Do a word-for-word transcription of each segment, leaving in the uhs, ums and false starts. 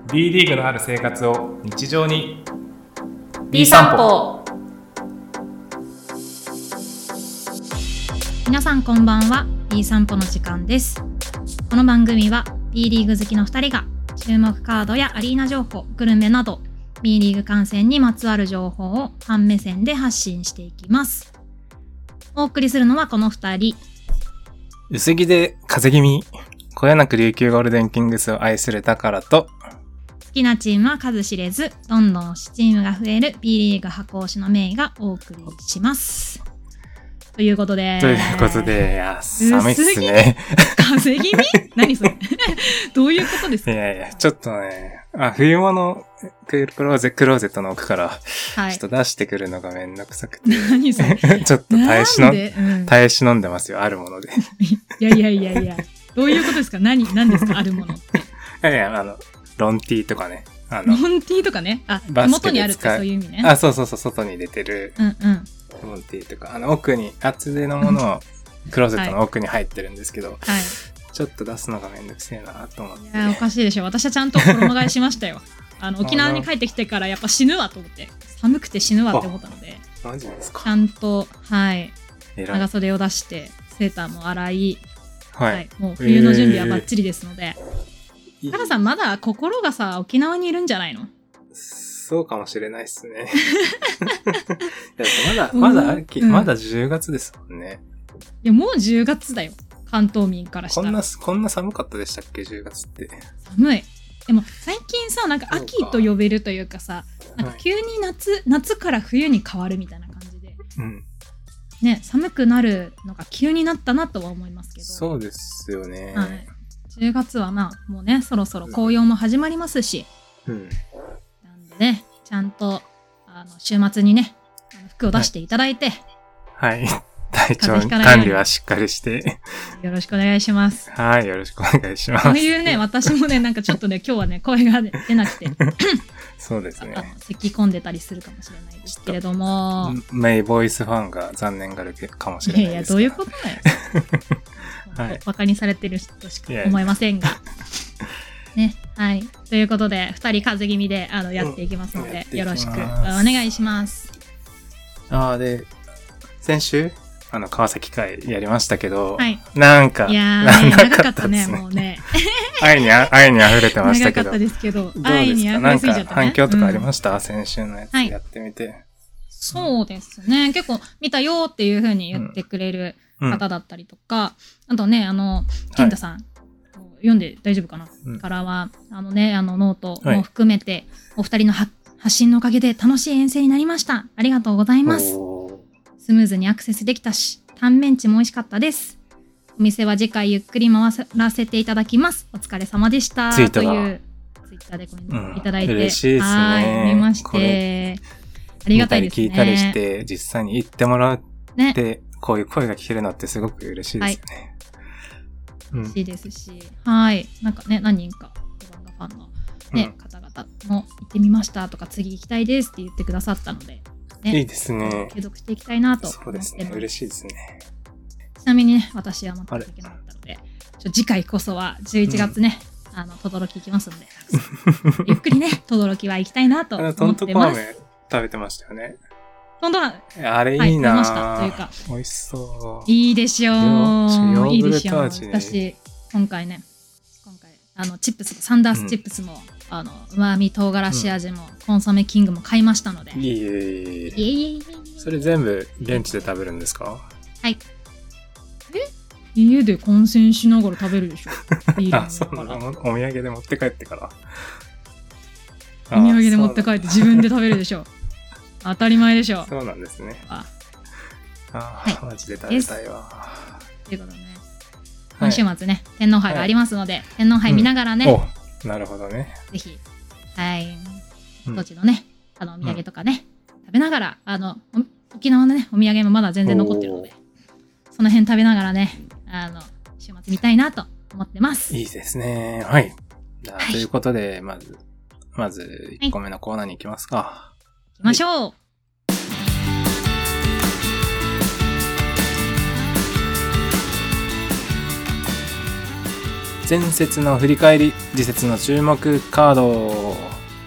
B リーグのある生活を日常に B 散歩。皆さんこんばんは。 B 散歩の時間です。この番組は B リーグ好きのふたりが注目カードやアリーナ情報、グルメなど B リーグ観戦にまつわる情報をファン目線で発信していきます。お送りするのはこのふたり。 薄着で風邪気味、こよなく琉球ゴールデンキングスを愛する宝と、 好きなチームは数知れず、どんどん推しチームが増える B リーグ箱推しのメイがお送りします。ということで。 ということで、いや、寒いっすね。 風邪気味何それどういうことですか？ いやいや、ちょっとね、あ、冬物クローゼ、クローゼットの奥から、はい、ちょっと出してくるのがめんどくさくて。 何それちょっと耐え忍んで、 うん、 耐え忍んでますよ、あるもので。 いやいやいやいや、どういうことですか？何、何ですかあるものって。いやいや、あの、ロンティーとかね。あのロンティーとかね。あ、元にあるってそういう意味ね。 あ、そうそうそう、外に出てる。 うんうん。 ロンティーとか、あの、奥に、厚手のものを、クローゼットの奥に入ってるんですけど、はい、ちょっと出すのがめんどくせえなと思って。 いや、おかしいでしょ。私はちゃんと衣替えしましたよ。あの、沖縄に帰ってきてからやっぱ死ぬわと思って、寒くて死ぬわって思ったので、 マジですか？ ちゃんと、はい、長袖を出して、セーターも洗い、はい、はい、もう冬の準備はバッチリですので、タカさんまだ心がさ、沖縄にいるんじゃないの？ そうかもしれないっすね。いやまだ、まだ秋、うん、まだじゅうがつですもんね。 いや、もうじゅうがつだよ。関東民からしたら。 こんな、こんな寒かったでしたっけ？ じゅうがつって。 寒い。でも最近さ、なんか秋と呼べるというかさ、なんか急に夏、はい、夏から冬に変わるみたいな感じで。うん。ね、寒くなるのが急になったなとは思いますけど。 そうですよね。 はい。じゅうがつはまあ、もうね、そろそろ紅葉も始まりますし。うん。なんでね、ちゃんと、あの、週末にね、服を出していただいて。 はい。はい体調管理はしっかりして。 よろしくお願いします。 はい、よろしくお願いします。 そういうね、私もね、なんかちょっとね、今日はね、声が出なくて。 そうですね。 咳込んでたりするかもしれないですけれども。 メイボイスファンが残念がるかもしれないです。いやいや、 どういうことだよ。はい、バカにされてる人しか思いませんが。ね、はい。ということで、二人風邪気味であのやっていきますので、うん、よろしくお願いします。 ああ、で、先週あの、川崎会やりましたけど、はい、なんか、 いやー、ね、長かったね、もうね。 愛に、愛に溢れてましたけど。 長かったですけど、 愛に溢れすぎちゃったね。なんか反響とかありました、うん、先週のやつやってみて、はい。 そうですね。結構見たよっていう風に言ってくれる方だったりとか、うん、あとね、あの、健太さん、はい、読んで大丈夫かな、うん、からは、あのね、あのノートも含めて、はい、お二人の発信のおかげで楽しい遠征になりました。ありがとうございます。スムーズにアクセスできたし、タンメンチも美味しかったです。お店は次回ゆっくり回らせていただきます。お疲れ様でした。 ツイートというツイッターでコメントいただいて、 うん、嬉しいですね。 はい、見まして、ありがたいですね。 聞いたりして、実際に行ってもらって、ね、こういう声が聞けるのってすごく嬉しいですよね。 はい、嬉しいですし、はい、なんかね、何人かファンの、ね、うん、方々も行ってみましたとか、次行きたいですって言ってくださったので。ね、 いいですね。 継続していきたいなと思ってます。 そうですね。嬉しいですね。 ちなみにね、私は全く行けなかったので、ちょ次回こそはじゅういちがつね、うん、あの、とどろき行きますので、ゆっくりね、とどろきは行きたいなと思ってます。 トントコ飴食べてましたよね。 トントコ飴。 あれいいな、 はい、食べましたというか。 美味しそう。 いいでしょう。 ヨいいでしょう。 私、 今回ね、今回、あの、チップス、サンダースチップスも、うんあの、うまみ唐辛子味も、うん、コンソメキングも買いましたので。 いえいえいえ。いえいえ。それ全部現地で食べるんですか？ はい。え？家で観戦しながら食べるでしょ。 あ、そうなの。お土産で持って帰ってから。 お土産で持って帰って自分で食べるでしょ。当たり前でしょ。 そうなんですね。ああ、はい、マジで食べたいわ。 ということでね、今週末ね、天皇杯がありますので、はい、天皇杯見ながらね、 うんなるほどね。 ぜひ、はい、当地のね、うん、あのお土産とかね、うん、食べながら、あの沖縄のねお土産もまだ全然残ってるので、その辺食べながらね、あの週末見たいなと思ってます。 いいですね。はい。じゃあ、はい、ということでまずまずいっこめのコーナーに行きますか。 はい、行きましょう。はい前節の振り返り、次節の注目カード。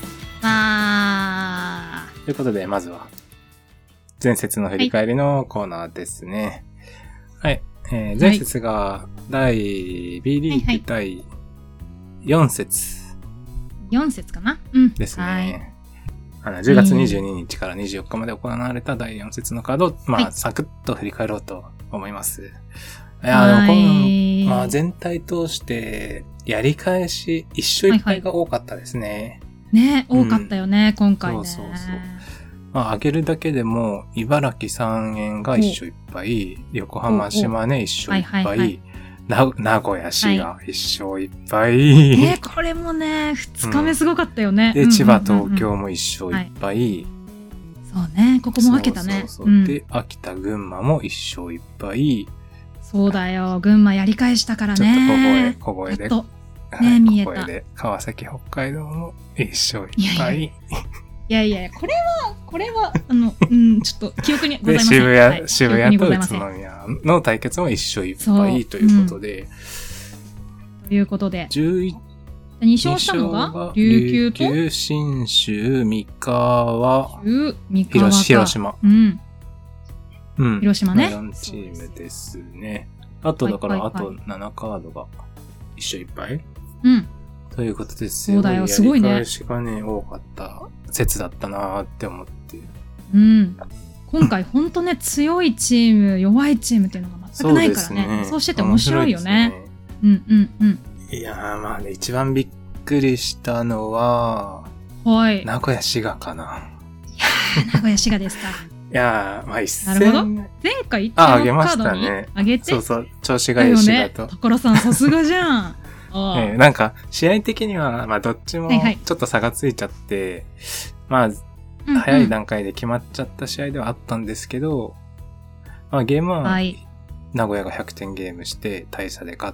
あー。 ということで、まずは、前節の振り返りのコーナーですね。はい。はい、えー、前節が、第、B リーグだいよん節。 よん節かな、うん、 ですね。 はい、 あのじゅうがつにじゅうににちからにじゅうよっかまで行われただいよん節のカードを、まあ、はい、サクッと振り返ろうと思います。いや、でもこの、まあ、全体通して、やり返し、一勝一敗が多かったですね。 はいはい、ね、多かったよね、うん、今回ね。 そうそうそう。まあ、上げるだけでも、茨城三円が一勝一敗、横浜島根一勝一敗、はいはいはい、な名古屋市が一勝一敗、はい、 ね、これもね、二日目すごかったよね。 うん、で、千葉、東京も一勝一敗、はい、 そうね、ここも分けたね。 そうそうそう、うん、で、秋田、群馬も一勝一敗。 そうだよ、群馬やり返したからね。 ちょっと小声、小声で。 とね、見えた。 小声で、川崎、北海道も一勝一敗。 いやいやいや、これは、これは、あの、うん、ちょっと記憶にございません。 で、渋谷、 はい、 渋谷と宇都宮の対決も一勝一敗ということで。 うん、ということで。 じゅういち、 に勝したのが琉球と琉球、信州、三河、 三河広島。 うん。 うん。 広島ね。 よんチームですね。あと、だから、あとななカードが一勝一敗。 うん。 ということですよ。 そうだよ、すごいね。 やり返しがね、多かった説だったなーって思って。 うん。今回ほんとね、強いチーム、弱いチームっていうのが全くないからね。そうですね。そうしてて面白いよね。ね、うんうんうん。 いやー、まあね、一番びっくりしたのは、 はい。 名古屋滋賀かな。いやー、名古屋滋賀ですか。 いやー、まあ一戦。 なるほど。前回一番カードに上げて。 そうそう、調子がいい滋賀と。 ね、所さんさすがじゃん。 えー、なんか、試合的には、まあ、どっちも、ちょっと差がついちゃって、はいはい、まあ、早い段階で決まっちゃった試合ではあったんですけど、まあ、ゲームは、名古屋がひゃくてんゲームして、大差で勝って、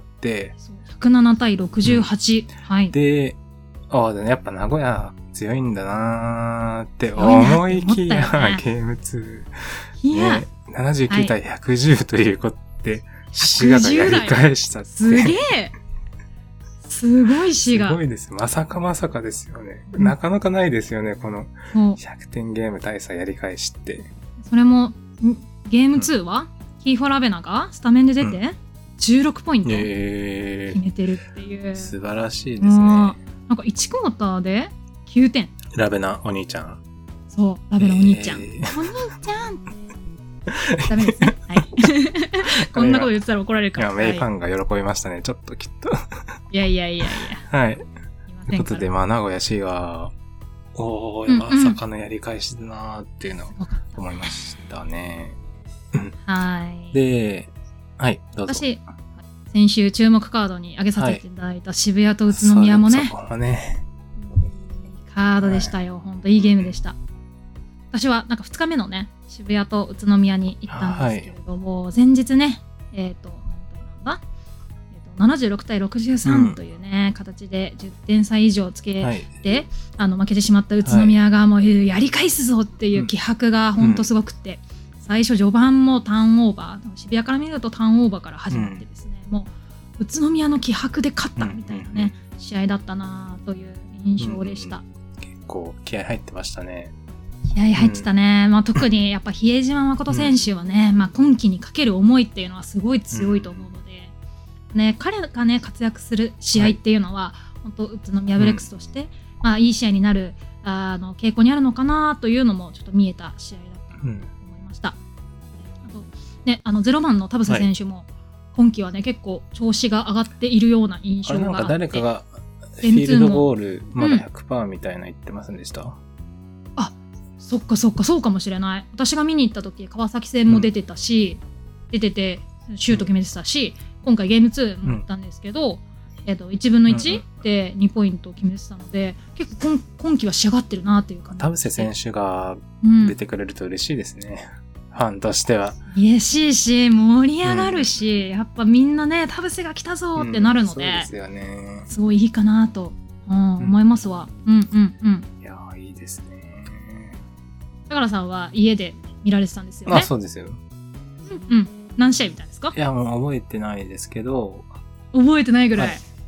ひゃくななたいろくじゅうはち。うん、はい。 で、ああ、やっぱ名古屋強いんだなーって思いきや、ね、ゲームツー。いや、ね、ななじゅうきゅうたいひゃくじゅうということで、滋賀がやり返したって。 すげえすごい滋賀。 すごいです。まさかまさかですよね。なかなかないですよね、このひゃくてんゲーム大差やり返しって。 それも、ゲームツーは、うん、キーフォラベナがスタメンで出て、うん、じゅうろくポイント決めてるっていう。 えー、素晴らしいですね。なんかいちクォーターできゅうてん。 ラベナお兄ちゃん。 そう、ラベナお兄ちゃん。えー、お兄ちゃんダメですね。はい。こんなこと言ってたら怒られるから。 いや、メイファンが喜びましたね、ちょっときっと。 いやいやいやいや。はい。ということで、まあ、名古屋市が、おー、まさかのやり返しだなーっていうのを思いましたね。 はい。 で、はい、どうぞ。 私、先週注目カードに上げさせていただいた渋谷と宇都宮もね。 そこはね。 カードでしたよ。ほんといいゲームでした。私はなんかふつかめのね、渋谷と宇都宮に行ったんですけれども、はい、前日ね、えっ、ー、と、なんだ、えーと、ななじゅうろくたいろくじゅうさんというね、うん、形でじゅってん差以上つけて、はい、あの負けてしまった宇都宮がもうやり返すぞっていう気迫が本当すごくて、うん、最初序盤もターンオーバー、渋谷から見るとターンオーバーから始まってですね、うん、もう宇都宮の気迫で勝ったみたいなね、うん、試合だったなという印象でした。 うん、結構気合入ってましたね。 気合入ってたね、うん、まあ、特にやっぱ比江島誠選手はね、うん、まあ、今季にかける思いっていうのはすごい強いと思うので、うん、ね、彼がね活躍する試合っていうのは、はい、本当宇都宮ブレックスとして、うん、まあ、いい試合になるあの傾向にあるのかなというのもちょっと見えた試合だったなと思いました。うん、あとね、あのゼロばんの田臥選手も今季はね、結構調子が上がっているような印象があって、 あれなんか誰かがフィールドゴールまだ ひゃくパーセント みたいな言ってませんでした？うん、 あ、そっかそっか、そうかもしれない。私が見に行った時川崎戦も出てたし、うん、出ててシュート決めてたし、うん、今回ゲームツーも行ったんですけど、うん、えーと、いちぶんのいちでにポイントを決めてたので、結構 今, 今季は仕上がってるなっていう感じ。 田臥選手が出てくれると嬉しいですね、うん、ファンとしては嬉しいし盛り上がるし、うん、やっぱみんなね田臥が来たぞってなるので、うん、そうですよね、すごいいいかなと、うん、思いますわ。うんうんうん。 いやいいですね。 高良さんは家で見られてたんですよね。 あ、そうですよ。 うんうん。何試合見たんですか？ いやもう覚えてないですけど、 覚えてないぐらい、はい、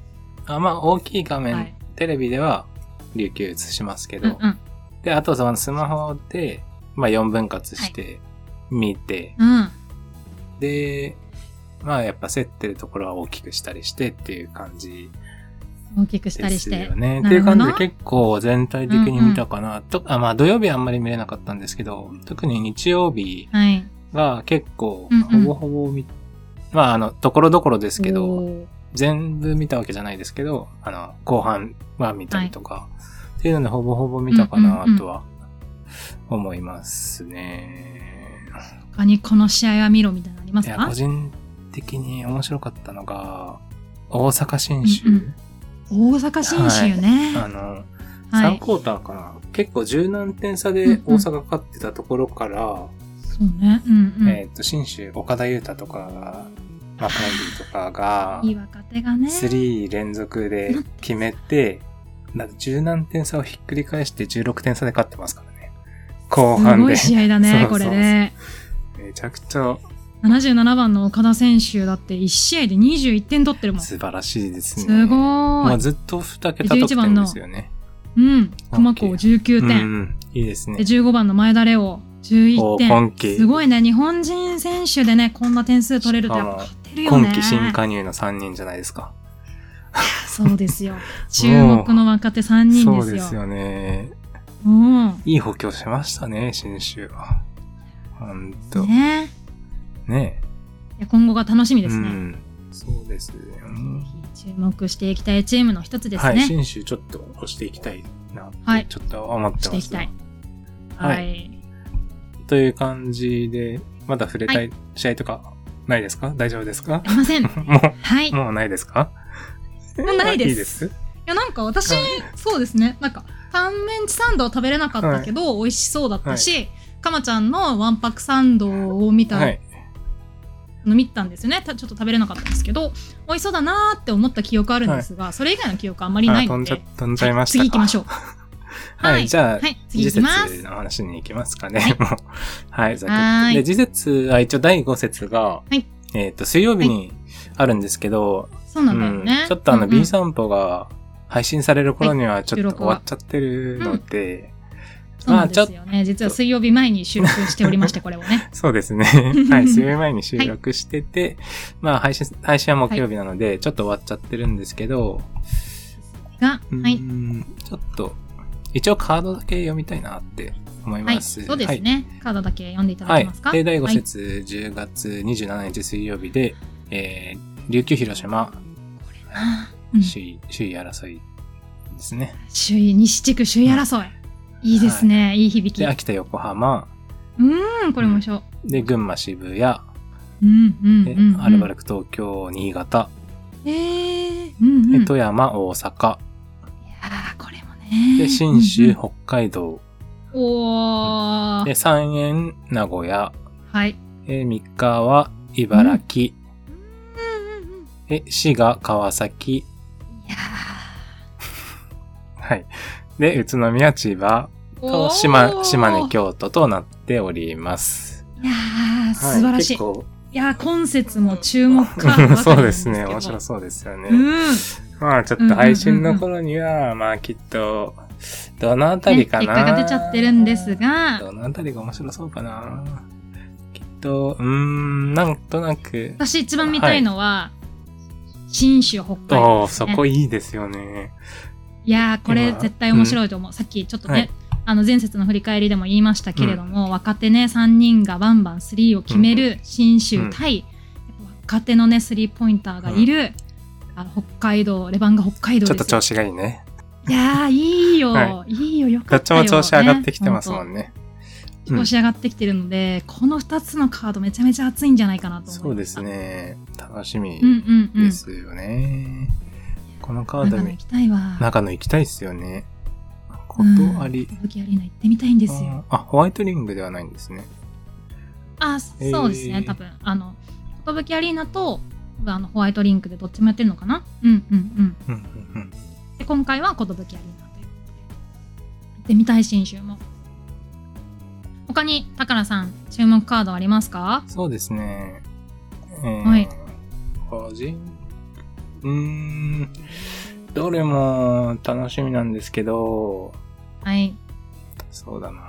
あまあ大きい画面、はい、テレビでは琉球映しますけど、うんうん、で、あとそのスマホで、まあよんぶん割して見て、はい、うん、で、まあやっぱ競ってるところは大きくしたりしてっていう感じ。 大きくしたりして。 ですよね。っていう感じで結構全体的に見たかな。うんうん、とあまあ土曜日はあんまり見れなかったんですけど、特に日曜日が結構ほぼほぼ見、うんうん、まああの、ところどころですけど、全部見たわけじゃないですけど、あの、後半は見たりとか、はい、っていうのでほぼほぼ見たかなとは思いますね。 他にこの試合は見ろみたいなのありますか？ いや、個人的に面白かったのが、大阪新州。うんうん、大阪新州ね。 はい、あの、さんクォーターかな、はい、結構十何点差で大阪勝ってたところから、うんうん、 そうね。うんうん、 えっと、新州、岡田優太とかが、マカナディとかが、 いい若手がね。 スリー連続で決めて、だ十何点差をひっくり返してじゅうろくてん差で勝ってますからね。後半で。 すごい試合だね、そうそうそうこれね。 めちゃくちゃ。 ななじゅうななばんの岡田選手だっていち試合でにじゅういってん取ってるもん。 素晴らしいですね。 すごい。 まあずっとに桁得点ですよね。 うん。熊高じゅうきゅうてん。 うん、いいですね。 で、じゅうごばんの前田レオじゅういってん。すごいね。日本人選手でね、こんな点数取れるとやっぱ勝てるよね。 今季新加入のさんにんじゃないですか。 そうですよ。注目の若手さんにんですよ。 そうですよね。 うん。 いい補強しましたね、新州は。ほんと。 ねねえ。今後が楽しみですね。うん、 そうですね。 注目していきたいチームの一つですね。 はい、新州ちょっと押していきたいなって、はい、ちょっと思ってます。 していきたい。 はい。はい、という感じで、まだ触れたい試合とかないですか？大丈夫ですか？ ありません。もう、 はい。 もうないですか？ もうないです。 いいです。いや、なんか私、はい、そうですね。なんか、タンメンチサンドは食べれなかったけど、はい、美味しそうだったし、はい、かまちゃんのワンパクサンドを見た、はい、あの見たんですよね。ちょっと食べれなかったんですけど、美味しそうだなーって思った記憶あるんですが、はい、それ以外の記憶あんまりないので、 飛んじゃ、飛んじゃいましたか。 はい、次行きましょう。 はい、はい、じゃあ、 はい、次行きます。 次節の話に行きますかね。はい、はい、ざっくり。で、次節は一応だいご節が、はい、えっと、水曜日にあるんですけど、はい、 そうなんだよね。 うん、ちょっとあの、うんうん、B 散歩が配信される頃にはちょっと終わっちゃってるので、 そうなんですよね。実は水曜日前に収録しておりまして、これをね。 そうですね。はい、水曜日前に収録してて、はい、まあ配信、配信は木曜日なので、ちょっと終わっちゃってるんですけど、 が、はい。 ちょっと、一応カードだけ読みたいなって思います。 はい、そうですね、はい。カードだけ読んでいただけますか？ はい。で、だいご節、じゅうがつにじゅうしちにち水曜日で、えー、琉球広島、うん、首位、首位争いですね。 首位、西地区首位争い。うんいいですね、はい、いい響き。 で、秋田、横浜。 うーん、これ面白い。 で、群馬、渋谷。うん、 うん、うん。 アルバルク、東京、新潟。 えー、うん、うん。 で、富山、大阪。 いやー、これもね。 で、信州、うんうん、北海道。 おー。 で、三円、名古屋。 はい。 え、三日は、茨城。うん、うん、うん。え、滋賀、川崎。いやー。はい。で、宇都宮、千葉と島、島根、京都となっております。 いやー、素晴らしい。はい、いやー、今節も注目カードそうですね、面白そうですよね。うん、まあ、ちょっと配信の頃には、うんうんうん、まあ、きっと、どのあたりかな、ね、 結果が出ちゃってるんですが、 どのあたりが面白そうかな。きっと、うーん、なんとなく。 私一番見たいのは、はい、信州、北海道、ね。 おー、そこいいですよね。 いやー、これ絶対面白いと思う。うん、さっきちょっとね、はい、あの前節の振り返りでも言いましたけれども、うん、若手ね、さんにんがバンバンスリーを決める信州対、うん、若手のね、スリーポインターがいる、うん、あの北海道、レバンガ北海道ですよ。 ちょっと調子がいいね。 いやー、いいよ、はい、いいよ、よかったよ。 どっちも調子上がってきてますもんね。 調子上がってきてるので、うん、このふたつのカードめちゃめちゃ熱いんじゃないかなと思います。 そうですね。楽しみですよね。うんうんうんこのカードに長野行きたいわ。 長野行きたいですよね。ことあり。 寿アリーナ行ってみたいんですよ。 あ、ホワイトリングではないんですね。 あ、そうですね。多分あの寿アリーナとあのホワイトリンクでどっちもやってるのかな。うんうんうん。うんうんうん、で今回は寿アリーナということで行ってみたい新州も。他に高良さん注目カードありますか？ そうですね。えー、 はい。 個人うーんどれも楽しみなんですけど、 はい。 そうだな。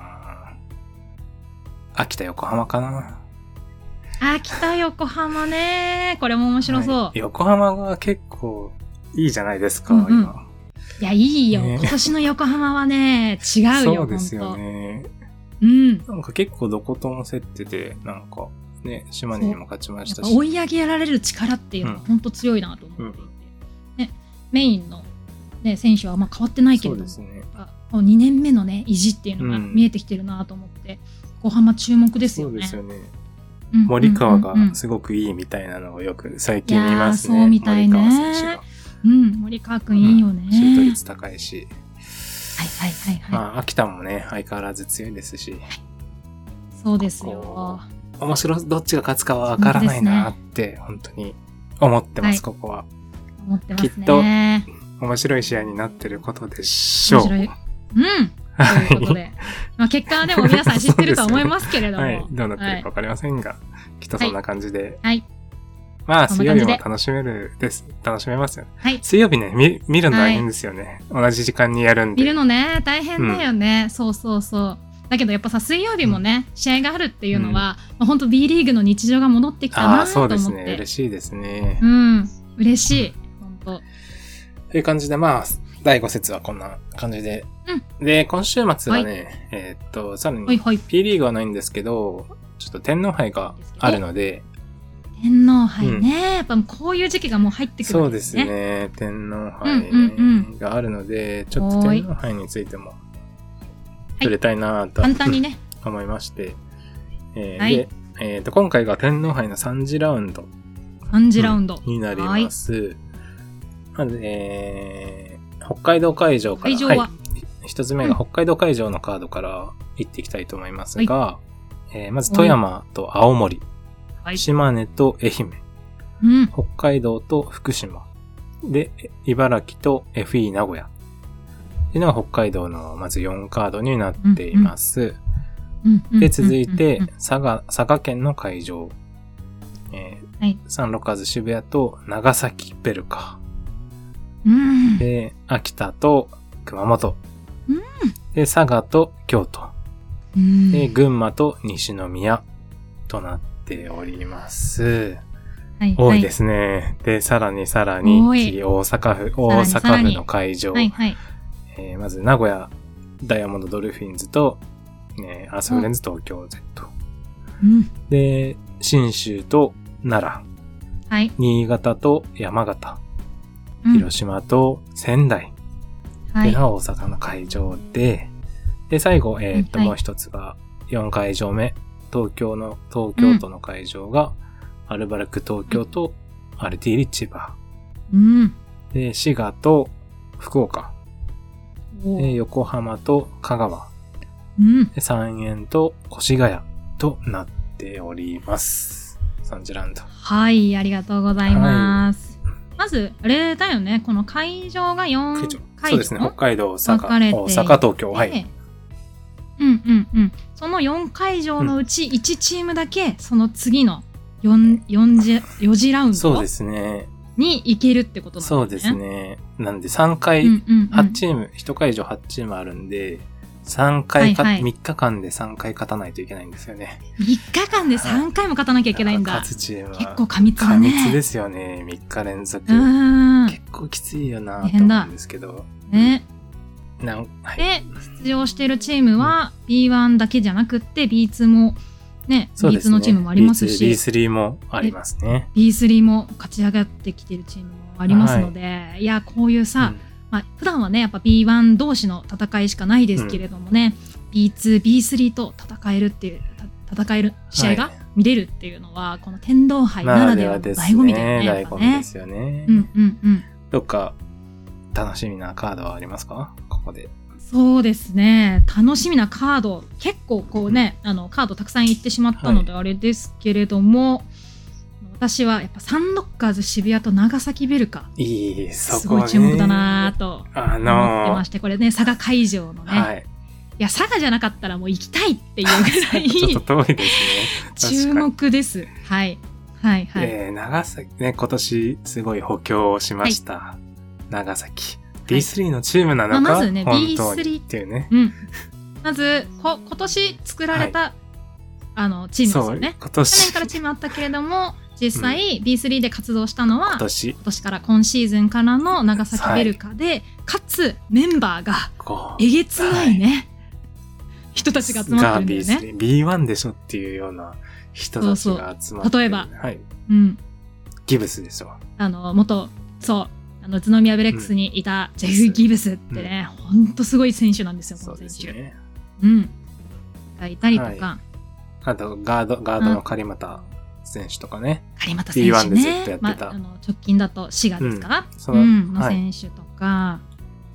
秋田横浜かな。 秋田横浜ね。これも面白そう。はい、 横浜が結構いいじゃないですか、うんうん、今。 いや、いいよ、ね。今年の横浜はね、違うよ。 そうですよね。 うん。 なんか結構どことも競ってて、なんかね、島根にも勝ちましたし。 追い上げられる力っていうのは本当強いなと思っていて。うんね、メインの、ね、選手はまあ変わってないけれども、そうですね、にねんめのね、意地っていうのが見えてきてるなと思って、うん、横浜注目ですよね。 そうですよね。森川がすごくいいみたいなのをよく最近見ますね。 そうみたいね。森川選手が。うん、森川くんいいよね、うん。 シュート率高いし。 はいはいはいはい。 まあ、秋田もね、相変わらず強いですし。 そうですよ。 面白い、どっちが勝つかはわからないなって、ね、本当に思ってます、はい、ここは。 思ってますね。 きっと、面白い試合になってることでしょう。面白い。 うん。ということで。まあ結果はでも皆さん知ってるとは思いますけれども。 ね、はい。どうなってるかわかりませんが、はい、きっとそんな感じで。 はい。 まあ、水曜日も楽しめるです。楽しめますよね。はい。水曜日ね、見、見るの大変ですよね、はい。同じ時間にやるんで。 見るのね、大変だよね。うん、そうそうそう。だけどやっぱさ、水曜日もね、うん、試合があるっていうのは、うんまあ、本当 B リーグの日常が戻ってきたなと思って。あ、そうですね。 嬉しいですね。 うん。嬉しい。本当。 という感じで、まあ、だいご節はこんな感じで。うん、で、今週末はね、はい、えー、っと、さらに、P リーグはないんですけど、ちょっと天皇杯があるので、 天皇杯ね、うん、やっぱこういう時期がもう入ってくるんですね。 そうですね。天皇杯があるので、うんうんうん、ちょっと天皇杯についても触れたいなと、はい、簡単にね思いまして、えーはい、で、えー、と今回が天皇杯のさん次ラウンドさん次ラウンド、 うん、になります。まず、えー、北海道会場から、 会場は、はい、 一つ目が北海道会場のカードから行っていきたいと思いますが、はいえー、まず富山と青森。はい、島根と愛媛、うん、北海道と福島で茨城と エフイー 名古屋っていうのが北海道のまずよんカードになっています、うんうん、で続いて佐賀佐賀県の会場、えーはい、サンロッカーズ渋谷と長崎ベルカ、うん、で秋田と熊本、うん、で佐賀と京都、うん、で群馬と西宮となってております。はい、多いですね、はい。で、さらにさらに、次、大阪府、大阪府の会場。はいはいえー、まず、名古屋、ダイヤモンドドルフィンズと、ね、アースフレンズ東京 Z。うん、で、信州と奈良。はい、新潟と山形。うん、広島と仙台。っていうのが大阪の会場で、で、最後、えー、っと、はい、もう一つが、よん会場目。東京の、東京都の会場が、うん、アルバルク東京と、アルティーリ千葉。うん。で、滋賀と福岡。で、横浜と香川。うん。で、三円と越谷となっております。さん次ラウンド。 はい、ありがとうございます。はい、まず、あれだよね、この会場がよん会場。 そうですね、北海道、大阪、大阪、東京。はい。 うんうんうん。そのよん会場のうちいちチームだけ、その次のよん、よん次、よん次ラウンドそうですね。 に行けるってことなんですね。 そうですね。なんでさんかい、うんうんうん、はちチーム、いち会場はちチームあるんで、さんかいか、はいはい、みっかかんでさんかい勝たないといけないんですよね。 みっかかんでさんかいも勝たなきゃいけないんだ。 勝つチームは。 結構過密だね。 過密ですよね。みっか連続。結構きついよなと思うんですけど。ね。 なんはい、で出場しているチームは ビーワン だけじゃなくって ビーツー もね、ビーツー のチームもありますしビースリー もありますね。 ビースリー も勝ち上がってきているチームもありますので、はい、いやこういうさ、うんまあ、普段はねやっぱ ビーワン 同士の戦いしかないですけれどもね、うん、ビーツー、ビースリー と戦えるっていう戦える試合が見れるっていうのは、はい、この天皇杯ならではの醍醐味だよね。 醍醐味ですよね。 うんうんうん。 どっか楽しみなカードはありますか？ここで。 そうですね。楽しみなカード。結構こうね、うん、あのカードたくさん言ってしまったのであれですけれども、はい、私はやっぱサンロッカーズ渋谷と長崎ベルカ。 いい、そこね。 すごい注目だなと思ってまして、あのー、これね、佐賀会場のね。はい。いや、佐賀じゃなかったらもう行きたいっていうぐらい。 ちょっと遠いですね。注目です。はい。はいはい。 えー、長崎ね、今年すごい補強しました。はい長崎。ビースリー のチームなのか、 まあ、まずね、 本当にっていうね。 うん。まず、こ、今年作られた、はい、あの、チームですよね。 今年。 去年からチームあったけれども、実際、うん、ビースリー で活動したのは、 今年。 今年から今シーズンからの長崎ベルカで、はい、かつ、メンバーが、えげつないね、はい、人たちが集まってるんだよね。 が ビースリー、ビーワン でしょっていうような人たちが集まってる。 そうそう。例えば、 はい。 うん。 ギブスでしょ。 あの、元、そう。あの宇都宮ブレックスにいたジェフ・ギブスってね、うん、ほんとすごい選手なんですよ、この選手。そうですね。うん。がいたりとか。はい、 あと、ガード、ガードの狩俣選手とかね。 狩俣選手ね。 ビーワン でずっとやってた。まあ、 あの直近だと滋賀ですか、 うん、 うん、の選手とか、はい。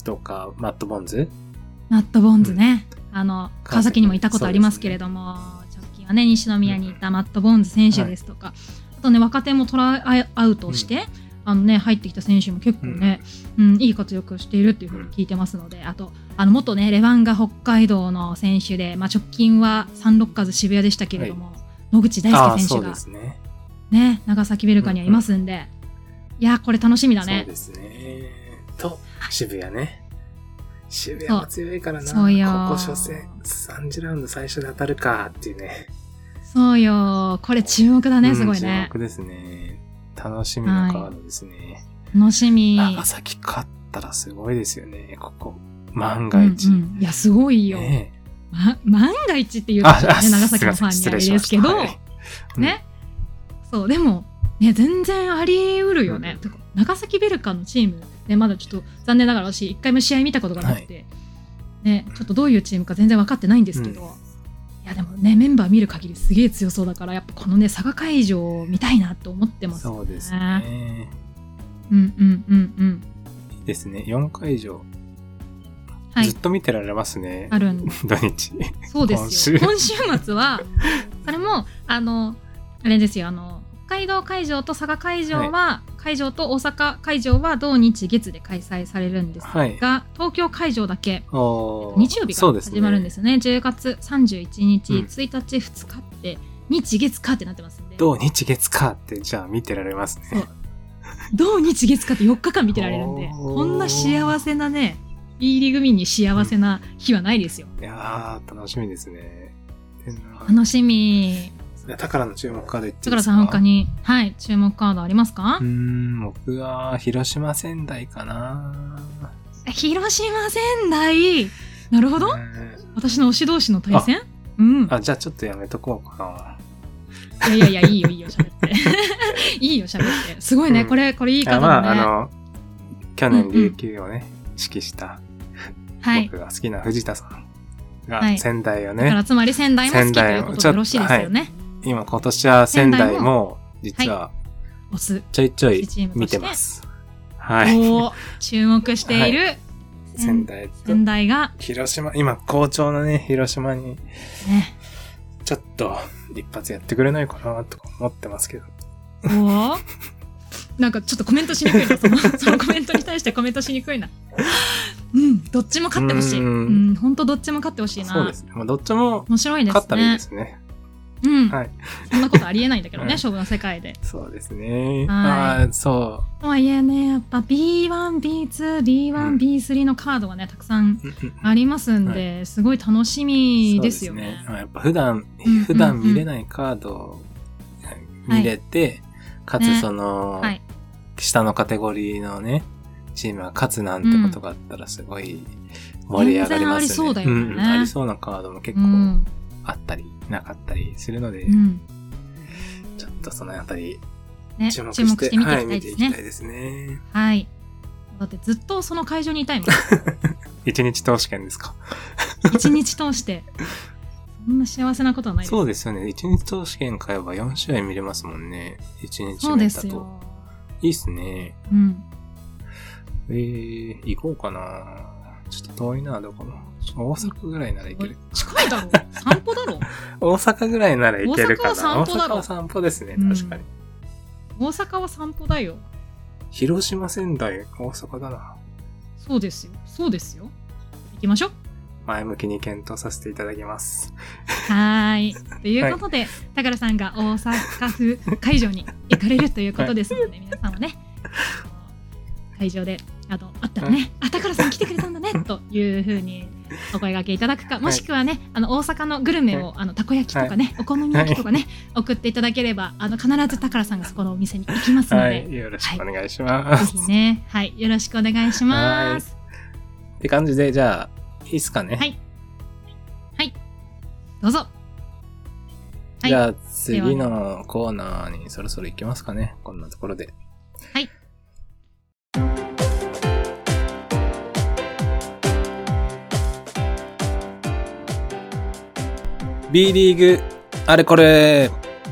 とか、マット・ボンズマット・ボンズね。うん、あの、川崎にもいたことありますけれども、ね、直近はね、西宮にいたマット・ボンズ選手ですとか、はい、あとね、若手もトライアウトして、うんあのね、入ってきた選手も結構ね、うんうん、いい活躍しているっていうふうに聞いてますので、あと、あの元ね、レバンガ北海道の選手で、まあ、直近はサンロッカーズ渋谷でしたけれども、はい、野口大輔選手が、ねね、長崎ベルカにはいますんで、うんうん、いや、これ楽しみだね。 そうですね。と、渋谷ね。渋谷も強いからな。 そうよ。 ここ初戦、さん次ラウンド最初で当たるかっていうね。 そうよ。これ注目だね、うん、すごいね。 注目ですね。楽しみなカードですね。 はい、楽しみ。 長崎勝ったらすごいですよね、ここ。万が一。 うんうん、いや、すごいよ。ね、ま、万が一って言うとね、長崎のファンにあれですけど、はい、ね、うん。そう、でも、ね、全然あり得るよね。うん、長崎ベルカのチーム、ね、まだちょっと残念ながら私、一回も試合見たことがなくて、はい、ね、ちょっとどういうチームか全然分かってないんですけど、うん、いやでもね、メンバー見る限りすげえ強そうだから、やっぱこのね、佐賀会場見たいなと思ってます、ね。 そうですね。 うんうんうんうん。 いいですね。よん会場。 はい、 ずっと見てられますね。 あるん土日。 そうですよ。今週末は、それも、あの、あれですよ、あの、北海道会場と佐賀会場は、はい、会場と大阪会場は同日月で開催されるんですが、はい、東京会場だけ日曜日から始まるんですよね。じゅうがつさんじゅういちにち、うん、ついたちふつかって日月かってなってますんで、 同日月かってじゃあ見てられますね。そう同日月かってよっかかん見てられるんで、こんな幸せなね、B リーグ民に幸せな日はないですよ。 うん、いやー楽しみですね。 楽しみ。 宝の注目カード言っていいですか？ 宝さん他に、はい、注目カードありますか？ うーん、僕は広島仙台かな。 広島仙台なるほど。私の推し同士の対戦？うん。 あ、じゃあちょっとやめとこうかな。いやいやいや、いいよいいよ、喋って。いいよ、喋って。すごいね、うん、これ、これいいカードだね。 まあ、あの、去年琉球をね、うんうん、指揮した、はい、僕が好きな藤田さんが仙台をね。 はい、だからつまり仙台も好きということでよろしいですよね。 今今年は仙台も実はちょいちょい見てます。はい。 お注目している、はい、 仙台仙台が広島今好調なね広島にねちょっと一発やってくれないかなとか思ってますけど。 おなんかちょっとコメントしにくいなそのそのコメントに対してコメントしにくいな。うんどっちも勝ってほしい。うん本当どっちも勝ってほしいな。 そうですね。まあどっちも面白いですね。 勝ったらいいですね。 うん、はい。そんなことありえないんだけどね、はい、勝負の世界で。 そうですね。はい。あそう。 とはいえね、やっぱ ビーワン、ビーツー、ビーワン、ビースリー のカードがね、たくさんありますんで、はい、すごい楽しみですよね。 そうですね。やっぱ普段、普段見れないカードを見れて、はい、かつその、ねはい、下のカテゴリーのね、チームが勝つなんてことがあったらすごい盛り上がりますね。 全然ありそうだよね。うん、 ありそうなカードも結構、うんあったりなかったりするので、うん、ちょっとそのあたり注目して、ね、注目して見ていきたいですね。はい、見ていきたいですね。 はい。だってずっとその会場にいたいもん。 一日通し券ですか？ 一日通して。そんな幸せなことはないです。 そうですよね。一日通し券買えばよん試合見れますもんね。一日目だと。そうですよ。いいっすね。うん。えー、行こうかな。ちょっと遠いな、どこも。大阪ぐらいなら行ける。 近いだろ散歩だろ大阪ぐらいなら行けるかな。 大阪は散歩だろ。 大阪は散歩ですね、確かに。 うん、大阪は散歩だよ。 広島仙台、大阪だな。 そうですよ。そうですよ。行きましょう。 前向きに検討させていただきます。 はーい。ということで、宝さんが大阪府会場に行かれるということですので、はい、皆さんもね、会場で、ああとあったらね、あ、宝さん来てくれたんだねというふうにお声掛けいただくか、もしくはね、あの大阪のグルメを、あのたこ焼きとかね、はい、お好み焼きとかね、はい、送っていただければ、あの必ず宝さんがそこのお店に行きますので、はい、 よろしくお願いします。 はい、ぜひね、はい、よろしくお願いします。 って感じで、じゃあいいっすかね。 はい、はい、どうぞ。 はい、じゃあ次のコーナーにそろそろ行きますかね。こんなところで。 はい。 B リーグあれこれ。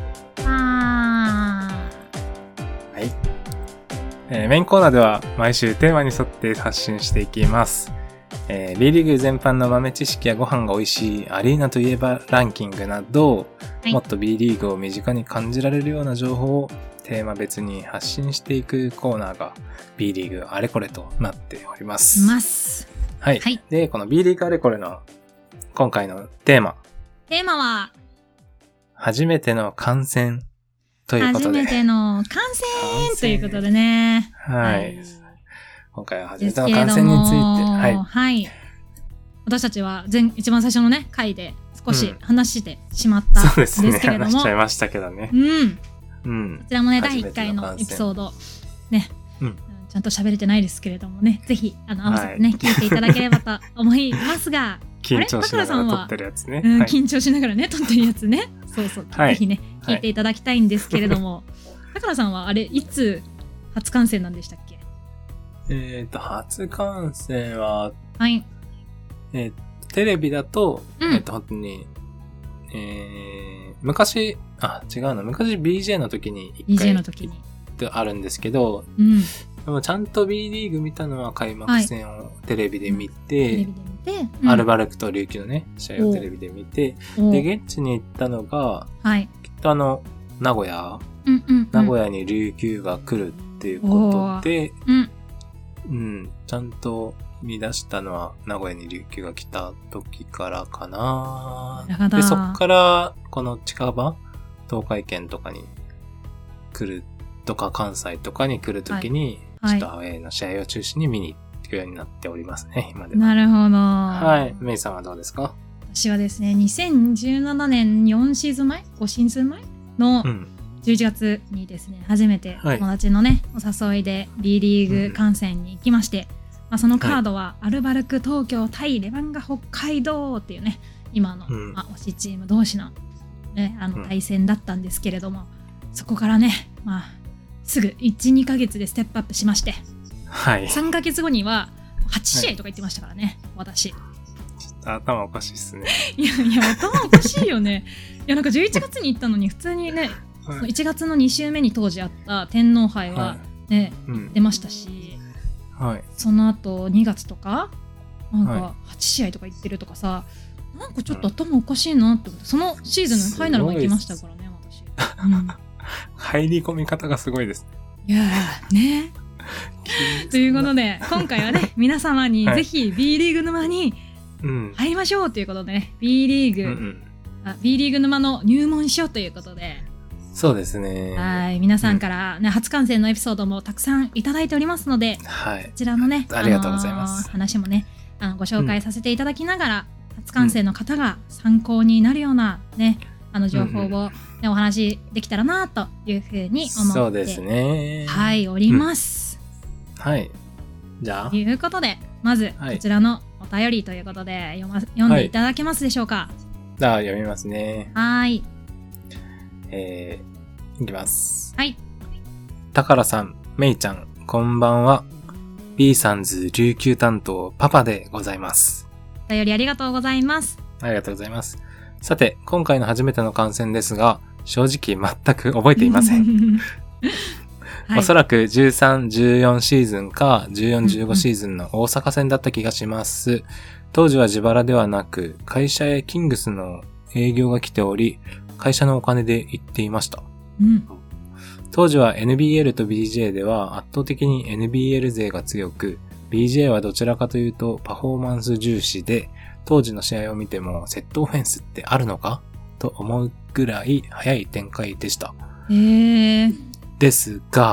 あー。はい、えー。メインコーナーでは毎週テーマに沿って発信していきます。えー、B リーグ全般の豆知識やご飯が美味しいアリーナといえばランキングなど、はい、もっと B リーグを身近に感じられるような情報をテーマ別に発信していくコーナーが B リーグあれこれとなっております。 ます。 はい。はい、で、この B リーグあれこれの今回のテーマ。 テーマは初めての観戦ということで。 初めての観戦ということでね。 はい。はい、今回は初めての観戦について。はい。 はい。私たちは前一番最初のね回で少し話してしまったんですけれども、うん、そうですね、 話しちゃいましたけどね。 うん。うん。こちらもねだいいっかいのエピソードね、うん、ちゃんと喋れてないですけれどもね、ぜひあの合わせてね、はい、聞いていただければと思いますが。 緊張しながら撮ってるやつね。 うん、はい、緊張しながらね撮ってるやつね。そうそう、はい、ぜひね聞いていただきたいんですけれども、たからさんはあれいつ初観戦なんでしたっけ？ えっと初観戦は、 はい、 えー、テレビだと、うん、えっと本当に、えー、昔あ違うの昔 ビージェー の時に一回行ってあるんですけど、 うん、 でもちゃんと B リーグ見たのは開幕戦をテレビで見て、はい、テレビで見て、うん、アルバルクと琉球のね試合をテレビで見て、で現地に行ったのが、 はい、 きっとあの名古屋、 うんうんうん、 名古屋に琉球が来るっていうことで、 うん、 うん、ちゃんと見出したのは名古屋に琉球が来た時からかな。でそっからこの近場東海圏とかに来るとか関西とかに来る時に、はい、ちょっとアウェーの試合を中心に見に行くようになっておりますね、今では。 なるほど。 はい。メイさんはどうですか？ 私はですね、にせんじゅうななねんよんシーズンまえ ?ご シーズンまえのじゅういちがつにですね、初めて友達のね、はい、お誘いで B リーグ観戦に行きまして、うん、まあ、そのカードはアルバルク東京対レバンガ北海道っていうね、今の、うん、まあ、推しチーム同士の、ね、あの対戦だったんですけれども、うん、そこからね、まあ、すぐいち、にかげつでステップアップしまして、 はい、 さんかげつごにははちしあいとか言ってましたからね、はい、私。ちょっと頭おかしいっすね。 いやいや、頭おかしいよね。いや、なんかじゅういちがつに行ったのに普通にね、はい、いちがつのに週目に当時あった天皇杯はね、はい、うん、出ましたし、 はい、 その後にがつとかなんかはちしあいとか行ってるとかさ、なんかちょっと頭おかしいなって思って、そのシーズンのファイナルが行きましたからね、私。うん、 入り込み方がすごいです。 いやーねということで今回はね皆様にぜひ B リーグ沼に入りましょうということで、ね、B リーグ、うんうん、あ B リーグ沼の入門書ということで、 そうですね、 はい皆さんから、ね、うん、初観戦のエピソードもたくさんいただいておりますので、 はい、 こちらのねありがとうございます、 あのー、話もねあのご紹介させていただきながら、うん、初観戦の方が参考になるようなねあの情報を、ね、うんうん、お話できたらなというふうに思ってそうですね、 はい、おります、 うん、はいじゃあということでまずこちらのお便りということで読ま、読んでいただけますでしょうか？ はい、あ読みますね。 はいえー、いきます。 はい。 たからさん、めいちゃん、こんばんは。B サンズ琉球担当パパでございます。 お便りありがとうございます。 ありがとうございます。さて、今回の初めての観戦ですが、正直全く覚えていません。はい、おそらくじゅうさん、じゅうよんシーズンかじゅうよん、じゅうごシーズンの大阪戦だった気がします。当時は自腹ではなく、会社へキングスの営業が来ており、会社のお金で行っていました。 うん、 当時は エヌビーエル と ビージェー では圧倒的に エヌビーエル 勢が強く、ビージェー はどちらかというとパフォーマンス重視で、当時の試合を見てもセットオフェンスってあるのかと思うぐらい早い展開でした。 へー。 ですが、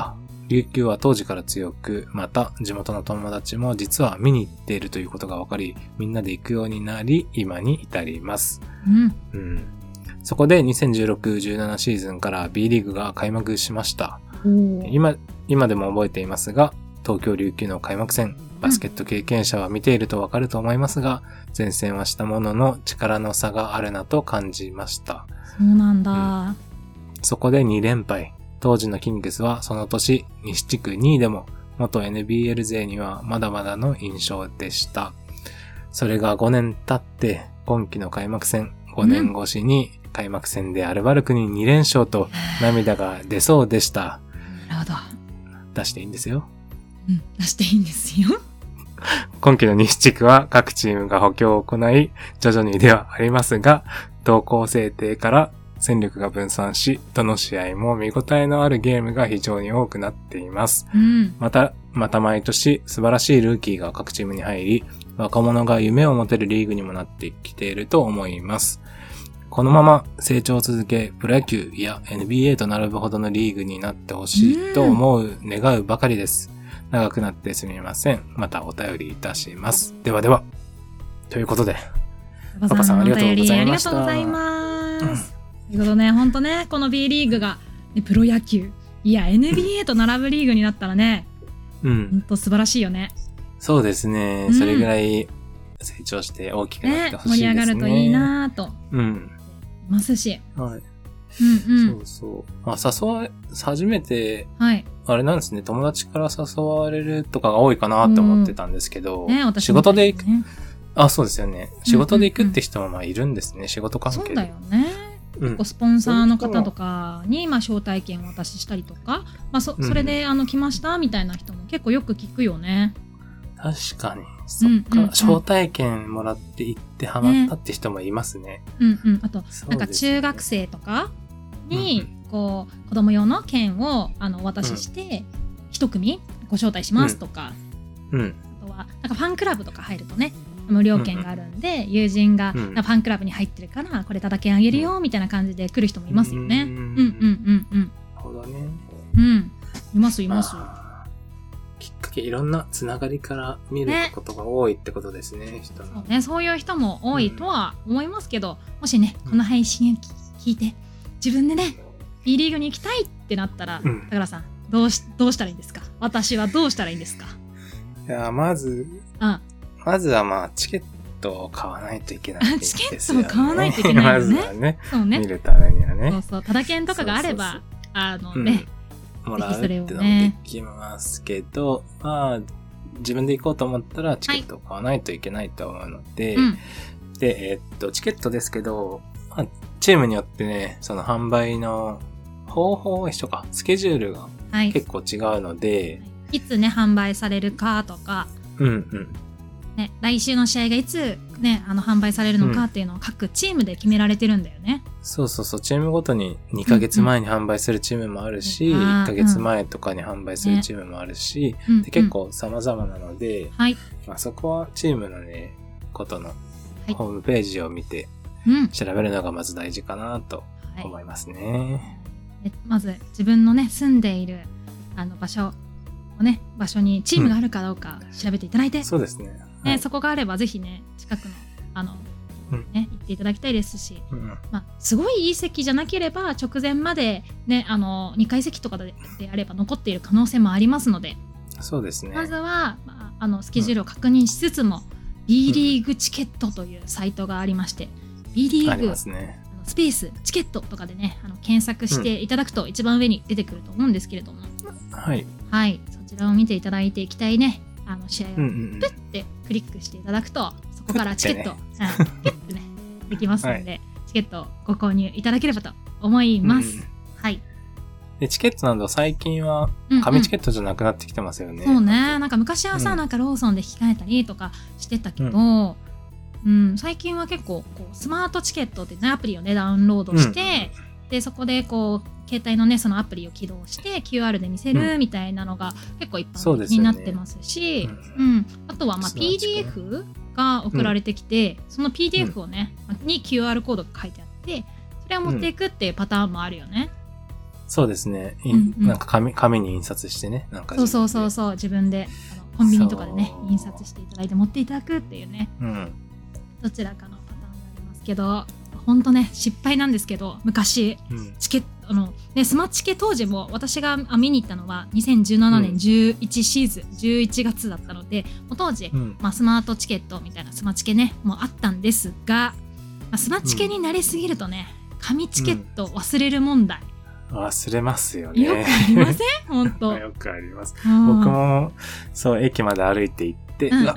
琉球は当時から強く、また地元の友達も実は見に行っているということが分かり、みんなで行くようになり、今に至ります。 うん。 うん。そこでにせんじゅうろくじゅうななシーズンから B リーグが開幕しました。今、今でも覚えていますが、東京琉球の開幕戦、バスケット経験者は見ているとわかると思いますが、前線はしたものの力の差があるなと感じました。 そうなんだ。うん、 そこでに連敗。当時のキングスはその年、西地区にいでも、元 エヌビーエル 勢にはまだまだの印象でした。それがごねん経って、今季の開幕戦、ごねん越しに開幕戦でアルバルクにに連勝と涙が出そうでした。 なるほど。 出していいんですよ。 うん、出していいんですよ。 今季の西地区は各チームが補強を行い、徐々にではありますが、同校制定から戦力が分散し、どの試合も見応えのあるゲームが非常に多くなっています。 うん、 また、また毎年素晴らしいルーキーが各チームに入り、若者が夢を持てるリーグにもなってきていると思います。このまま成長を続け、プロ野球や エヌビーエー と並ぶほどのリーグになってほしいと思う、願うばかりです。長くなってすみません。またお便りいたします。ではでは。ということで、パパさんありがとうございました。 ありがとうございます。ということね、ほんとね、この B リーグが、ね、プロ野球、いや エヌビーエー と並ぶリーグになったらね、 うん、 ほんと素晴らしいよね。 そうですね。うん、それぐらい成長して大きくなってほしいですね。 ね、盛り上がるといいなぁと。 うん。 ますし。 はい。 うんうん。 そうそう。まあ、誘わ、初めて、 はい。 あれなんですね、友達から誘われるとかが多いかなって思ってたんですけど、 ね、私仕事で行く、あ、そうですよね。仕事で行くって人もまあいるんですね、仕事関係で。 そうだよね。結構スポンサーの方とかに、まあ、招待券をお渡ししたりとか、まあ、そ, それで、あの来ましたみたいな人も結構よく聞くよね。 確かに。そっか、うんうんうん、招待券もらって行ってハマったって人もいますね。 うんうん。あと、ね、なんか中学生とかに、うんうん、こう子供用の券をあのお渡しして一、うん、組ご招待しますとか、 うんうん、 あとはなんかファンクラブとか入るとね無料券があるんで、うん、友人が、うん、ファンクラブに入ってるからこれただ券あげるよみたいな感じで来る人もいますよね。うんうんうんうん。 なるほどね。 うん、いますいます。 きっかけいろんなつながりから見ることが多いってことですね。ね人のそうね、そういう人も多いとは思いますけど、うん、もしねこの配信を聞いて自分でね B リーグに行きたいってなったら、うん、高田さんどうしどうしたらいいんですか？私はどうしたらいいんですか？ いやまずあまずはまあチケットを買わないといけないんですよね。チケットを買わないといけないよね。 まずはね、 そうね、 見るためにはね。 そうそう、タダ券とかがあれば、そうそうそう、あのね、 うん、もらうってのもできますけど、ね、まあ自分で行こうと思ったらチケットを買わないといけないと思うので、はい、で、えー、っとチケットですけど、まあ、チームによってね、その販売の方法が一緒か、スケジュールが結構違うので、 はい、いつね販売されるかとか、 うんうんね、来週の試合がいつ、ね、あの販売されるのかっていうのを各チームで決められてるんだよね。 うん、そうそうそう、チームごとににかげつまえに販売するチームもあるし、うんうん、いっかげつまえとかに販売するチームもあるし、ね、で結構様々なので、 うんはい、 まあ、そこはチームのねことのホームページを見て調べるのがまず大事かなと思いますね。 はい、まず自分のね住んでいるあの場所をね場所にチームがあるかどうか調べていただいて、 うん、そうですね。 ね、はい、そこがあればぜひね近くのあの、うんね、行っていただきたいですし、 うんまあ、すごいいい席じゃなければ直前まで、ね、あのにかい席とか で, であれば残っている可能性もありますので、 そうですね、 まずは、まあ、あのスケジュールを確認しつつも、うん、B リーグチケットというサイトがありまして、うん、B リーグ、ね、あのスペースチケットとかでねあの検索していただくと一番上に出てくると思うんですけれども、 うん、はい、 はい、そちらを見ていただいていきたいねあの試合をプッてクリックしていただくと、そこからチケット、ね、ピッてねできますので、はい、チケットをご購入いただければと思います。うん、はい。 でチケットなど最近は紙チケットじゃなくなってきてますよね。 うんうん、そうね。なんか昔はさ、うん、なんかローソンで引き換えたりとかしてたけど、うんうん、最近は結構こうスマートチケットっていう、ね、アプリをねダウンロードして、うん、でそこでこう携帯のねそのアプリを起動して キューアール で見せるみたいなのが結構一般的になってますし、うんうん、あとはまあ ピーディーエフ が送られてきて、うん、その ピーディーエフ をね、うん、に キューアール コードが書いてあってそれを持っていくっていうパターンもあるよね。 そうですね。 うんうん、 なんか紙、紙に印刷してね。なんかそうそうそうそう、自分であのコンビニとかでね、印刷していただいて持っていただくっていうね。 うん。 どちらかのパターンになりますけど、本当ね、失敗なんですけど、昔、うん、チケット、あの、ね、スマチケ当時も私が見に行ったのはにせんじゅうななねんじゅういちシーズン、うん、じゅういちがつだったので、もう当時、うん、まあ、スマートチケットみたいなスマチケね、もうあったんですが、まあ、スマチケになりすぎるとね、紙チケット忘れる問題。 うん、忘れますよね。 よくありません本当。 よくあります。僕も、そう、駅まで歩いて行って、うんうんうん、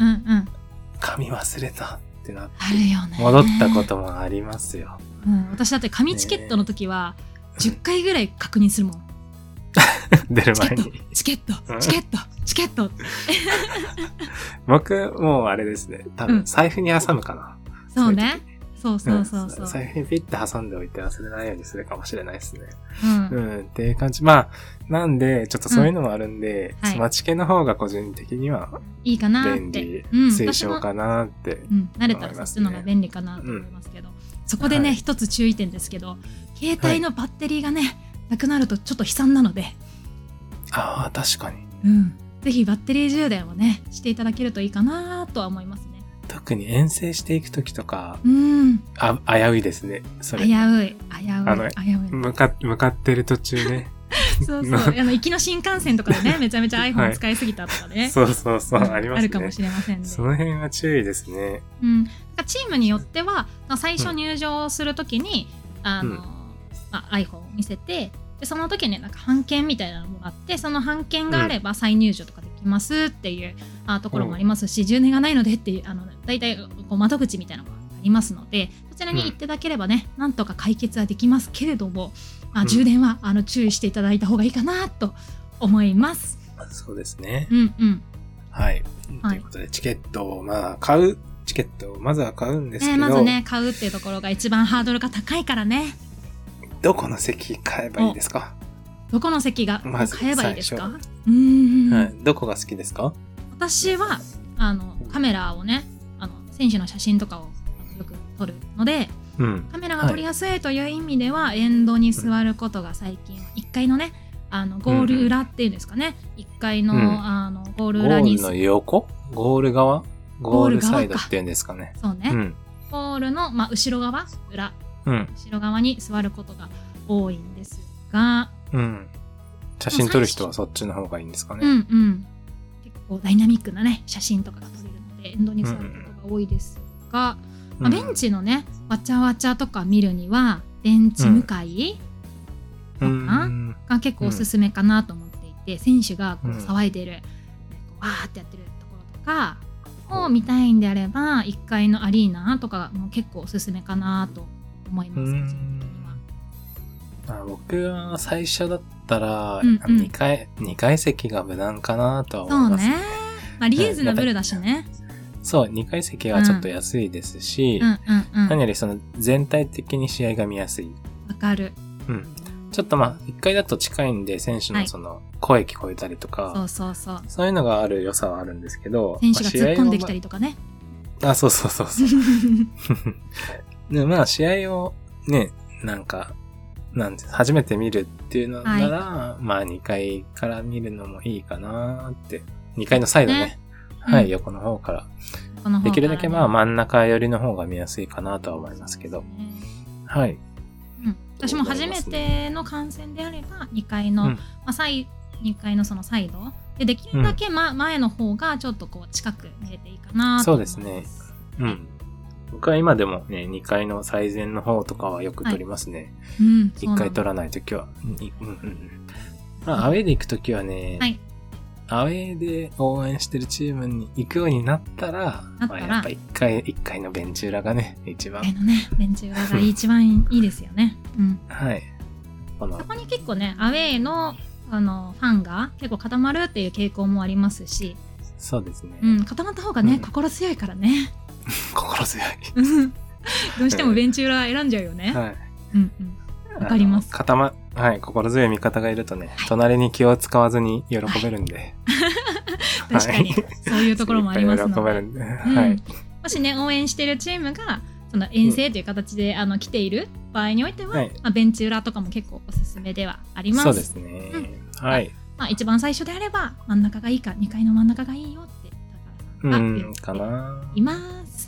紙忘れたってなって、 あるよね。 戻ったこともありますよ。 うん、私だって紙チケットの時は、じゅっかいぐらい確認するもん。 出る前に。 チケット、チケット、チケット、チケット。 僕、もうあれですね。多分、財布に挟むかな。 うん、そうね。そうそうそうそう、うん。 財布にピッて挟んでおいて忘れないようにするかもしれないですね。うん。うん、っていう感じ。まあ、なんで、ちょっとそういうのもあるんで、うん、スマチケの方が個人的には、 いいかなって。 便利、うん、推奨かなって、ね。 うん、慣れたらそっちの方が便利かなと思いますけど。うん、そこでね、はい、一つ注意点ですけど、携帯のバッテリーがね、はい、なくなるとちょっと悲惨なので。 ああ、確かに。 うん。ぜひバッテリー充電をね、していただけるといいかなとは思いますね。 特に遠征していくときとか、 うん、 あ、危ういですね。それ。 危うい、危うい、 あの、 危うい。 向か、向かってる途中ね。 そうそう。あの、行きの新幹線とかでね、めちゃめちゃ iPhone 使いすぎたとかね。はい、 そうそうそう、ありますね。 あるかもしれませんね。 その辺は注意ですね。 うん。チームによっては、最初入場するときに、うん、あの、うん、あ、iPhone を見せて、でその時になんか半券みたいなのもらって、その半券があれば再入場とかできますっていう、あところもありますし、充電がないのでっていう、あの大体こう窓口みたいなのがありますので、そちらに行っていただければね、うん、なんとか解決はできますけれども、まあ、充電は、うん、あの注意していただいた方がいいかなと思います。 そうですね。 うんうん。 はい。ということで、チケットをまあ買う、チケットをまずは買うんですけど、 ね、まずね、買うっていうところが一番ハードルが高いからね。 どこの席買えばいいですか？ どこの席が買えばいいですか？ うーん、はい、どこが好きですか？ 私はあのカメラをね、あの選手の写真とかをよく撮るので、うん、カメラが撮りやすいという意味では、はい、エンドに座ることが最近いっかいのね、あのゴール裏っていうんですかね、いっかいの、うん、あのゴール裏に、 ゴールの横？ゴール側？ゴールサイドっていうんですかね。 そうね、うん、ゴールの、まあ、後ろ側裏、うん、後ろ側に座ることが多いんですが、 うん、写真撮る人はそっちの方がいいんですかね。 うんうん、結構ダイナミックなね写真とかが撮れるのでエンドに座ることが多いですが、うんまあ、ベンチのねわちゃわちゃとか見るにはベンチ向かいとかが結構おすすめかなと思っていて、うん、選手がこう騒いでる、うん、わーってやってるところとかを見たいんであればいっかいのアリーナとかも結構おすすめかなと思います。うんあ僕は最初だったら、うんうん、にかい、にかい席が無難かなとは思います、ね。 そうね。まあ、リーズナブルだしね。 そう、にかい席はちょっと安いですし、うんうんうんうん、何よりその全体的に試合が見やすい。 わかる。 うん。ちょっとまあ、いっかいだと近いんで、選手のその声聞こえたりとか、 はい、そうそうそう。 そういうのがある良さはあるんですけど、 選手が突っ込んできたりとかね。 まあ、あ、そうそうそうそう。でまあ、試合をね、なんか、なんて初めて見るっていうのなら、はい、まあにかいから見るのもいいかなって。にかいのサイドね。ねはい、うん、横の方から。方からね、できるだけまあ真ん中寄りの方が見やすいかなとは思いますけど。はい。 うん、私も初めての観戦であれば、にかいの、うんまあ、サイにかいのそのサイドで、できるだけ、まうん、前の方がちょっとこう近く見れていいかなと思います。 そうですね。うん。僕は今でもね、にかいの最前の方とかはよく撮りますね。はい、うん。いっかい撮らないときは。うんうんうん。まあ、アウェーで行くときはね、はい、アウェーで応援してるチームに行くようになったら、ったらまあ、やっぱいっかい、いっかいのベンチ裏がね、一番。いっかいのね、ベンチ裏が一番いいですよね。うん。 はい。 このそこに結構ね、アウェーの、あの、ファンが結構固まるっていう傾向もありますし。 そうですね。 うん、固まった方がね、うん、心強いからね。 心強い。 どうしてもベンチ裏選んじゃうよね。はい。うんうん。わかります。 固ま、はい、心強い味方がいるとね、はい、隣に気を使わずに喜べるんで。はい、 確かに、そういうところもありますので。 喜べるんで。 はい。もしね、応援してるチームが、その遠征という形で、うん、あの来ている場合においては、 はいまあ、ベンチ裏とかも結構おすすめではあります。 そうですね、うん、はい、 まあ、一番最初であれば真ん中がいいかにかいの真ん中がいいよって高田さんが言っています。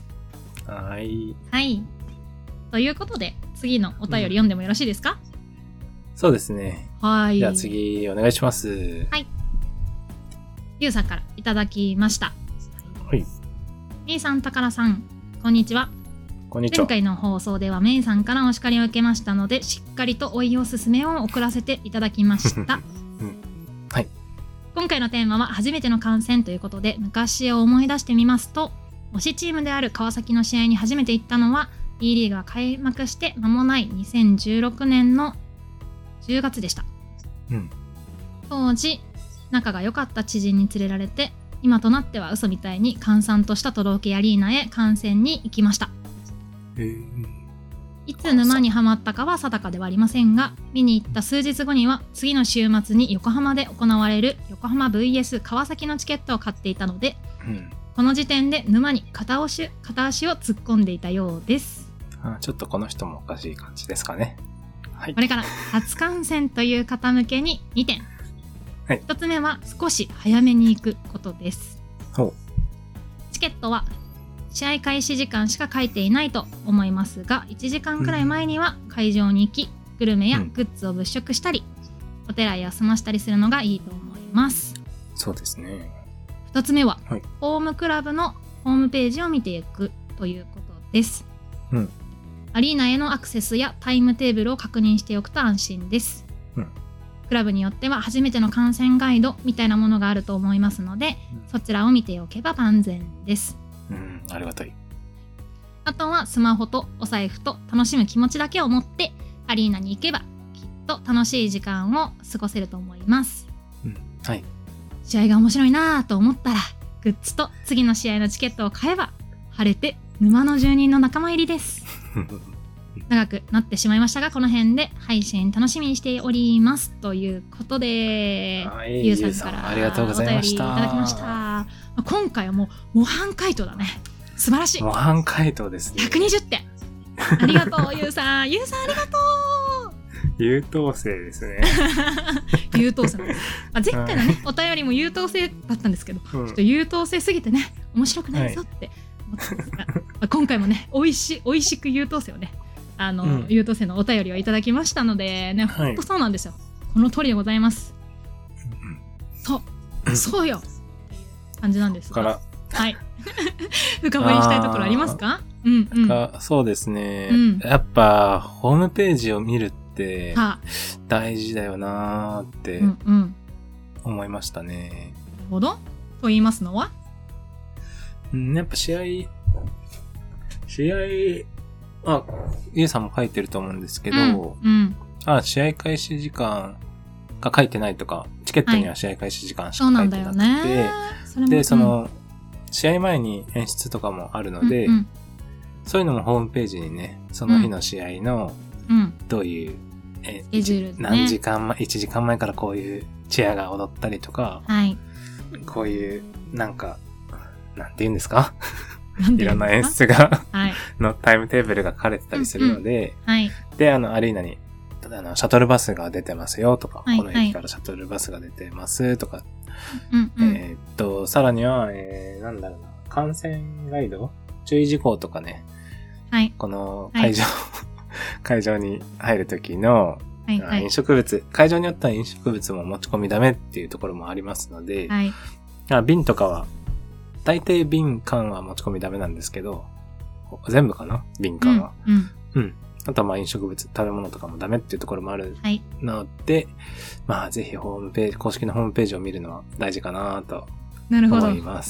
はい、 はい、ということで次のお便り読んでもよろしいですか？うん、 そうですね。 はい。 じゃあ次お願いします。 はい。ゆうさんからいただきました。 はい。 めいさん、たからさん、こんにちは。 こんにちは。 前回の放送ではめいさんからお叱りを受けましたので、しっかりとおいおすすめを送らせていただきました。 うん、はい。 今回のテーマは初めての観戦ということで、昔を思い出してみますと、推しチームである川崎の試合に初めて行ったのは B リーグが開幕して間もないにせんじゅうろくねんのじゅうがつでした。 うん、 当時仲が良かった知人に連れられて、今となっては嘘みたいに閑散とした都道府アリーナへ観戦に行きました。 えー、 いつ沼にはまったかは定かではありませんが、見に行った数日後には次の週末に横浜で行われる横浜 ブイエス 川崎のチケットを買っていたので、うん、この時点で沼に片押し、片足を突っ込んでいたようです。 あ、ちょっとこの人もおかしい感じですかね。はい、 これから初観戦という方向けににてん。はい、ひとつめは少し早めに行くことです。チケットは試合開始時間しか書いていないと思いますが、いちじかんくらい前には会場に行き、グルメやグッズを物色したり、うん、お手洗いを済ましたりするのがいいと思います。 そうですね。 ふたつめは、 はい、 ホームクラブのホームページを見ていくということです。うん、アリーナへのアクセスやタイムテーブルを確認しておくと安心です。うん、クラブによっては初めての観戦ガイドみたいなものがあると思いますので、うん、そちらを見ておけば万全です。 うん、ありがたい。 あとはスマホとお財布と楽しむ気持ちだけを持ってアリーナに行けばきっと楽しい時間を過ごせると思います。 うん、はい。 試合が面白いなぁと思ったらグッズと次の試合のチケットを買えば晴れて沼の住人の仲間入りです。長くなってしまいましたが、この辺で配信楽しみにしておりますということで、ゆうさんからありがとうございました。 お便りいただきました。今回はもう模範解答だね。素晴らしい。 模範解答ですね。 ひゃくにじゅってん。ありがとうゆうさん。ゆうさんありがとう。 優等生ですね。 優等生なんです。まあ、前回のね、お便りも優等生だったんですけど、うん、ちょっと優等生すぎてね、面白くないぞって思ったんですが、はい、今回もね、おいしい、おいしく優等生をね、あの、うん、優等生のお便りをいただきましたのでね、ほんとそうなんですよ。この通りでございます。うん、そう、そうよっていう感じなんですが、はい。深掘りしたいところありますか？うんうん、 そうですね、うん。やっぱホームページを見るって大事だよなーって思いましたね。 なるほど。と言いますのは？ うん、やっぱ試合、試合、あ、ゆうさんも書いてると思うんですけど、うんうん、あ、試合開始時間が書いてないとか、チケットには試合開始時間しか書いてなくて、はい、そね、で、その、うん、試合前に演出とかもあるので、うんうん、そういうのもホームページにね、その日の試合の、どういう、うん、えーね、何時間前、いちじかんまえからこういうチアが踊ったりとか、はい、こういう、なんか、なんて言うんですかいろんな演出が、はい、のタイムテーブルが書かれてたりするので、うんうん、はい、で、あの、アリーナに、あの、シャトルバスが出てますよとか、はい、この駅からシャトルバスが出てますとか、はいえー、っと、さらには、えー、なんだろうな、観戦ガイド注意事項とかね、はい、この会場、はい、会場に入るときの、はいはい、飲食物、会場によっては飲食物も持ち込みダメっていうところもありますので、はい、あ瓶とかは、大体瓶缶は持ち込みダメなんですけど、全部かな瓶缶は。うん。うん。うん、あとはまあ飲食物、食べ物とかもダメっていうところもあるので、はい、まあぜひホームページ、公式のホームページを見るのは大事かなと思います。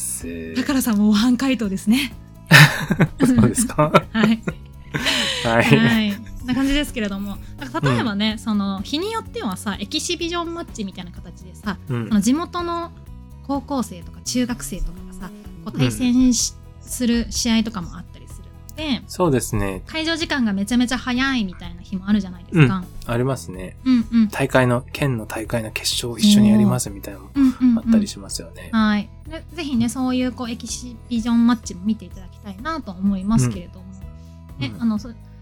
だからさんも模範解答ですね。 そうですかはい。はい。はい。な感じですけれども、例えばね、うん、その日によってはさ、エキシビジョンマッチみたいな形でさ、うん、その地元の高校生とか中学生とかがさ、こう対戦し、うん、する試合とかもあったりするので、 そうですね。 会場時間がめちゃめちゃ早いみたいな日もあるじゃないですか。 うん、ありますね。うんうん。大会の県の大会の決勝を一緒にやりますみたいなのもあったりしますよね。 うんうんうん、はい。でぜひねそういうこうエキシビジョンマッチも見ていただきたいなと思いますけれども、うん、ね、うん、あのそ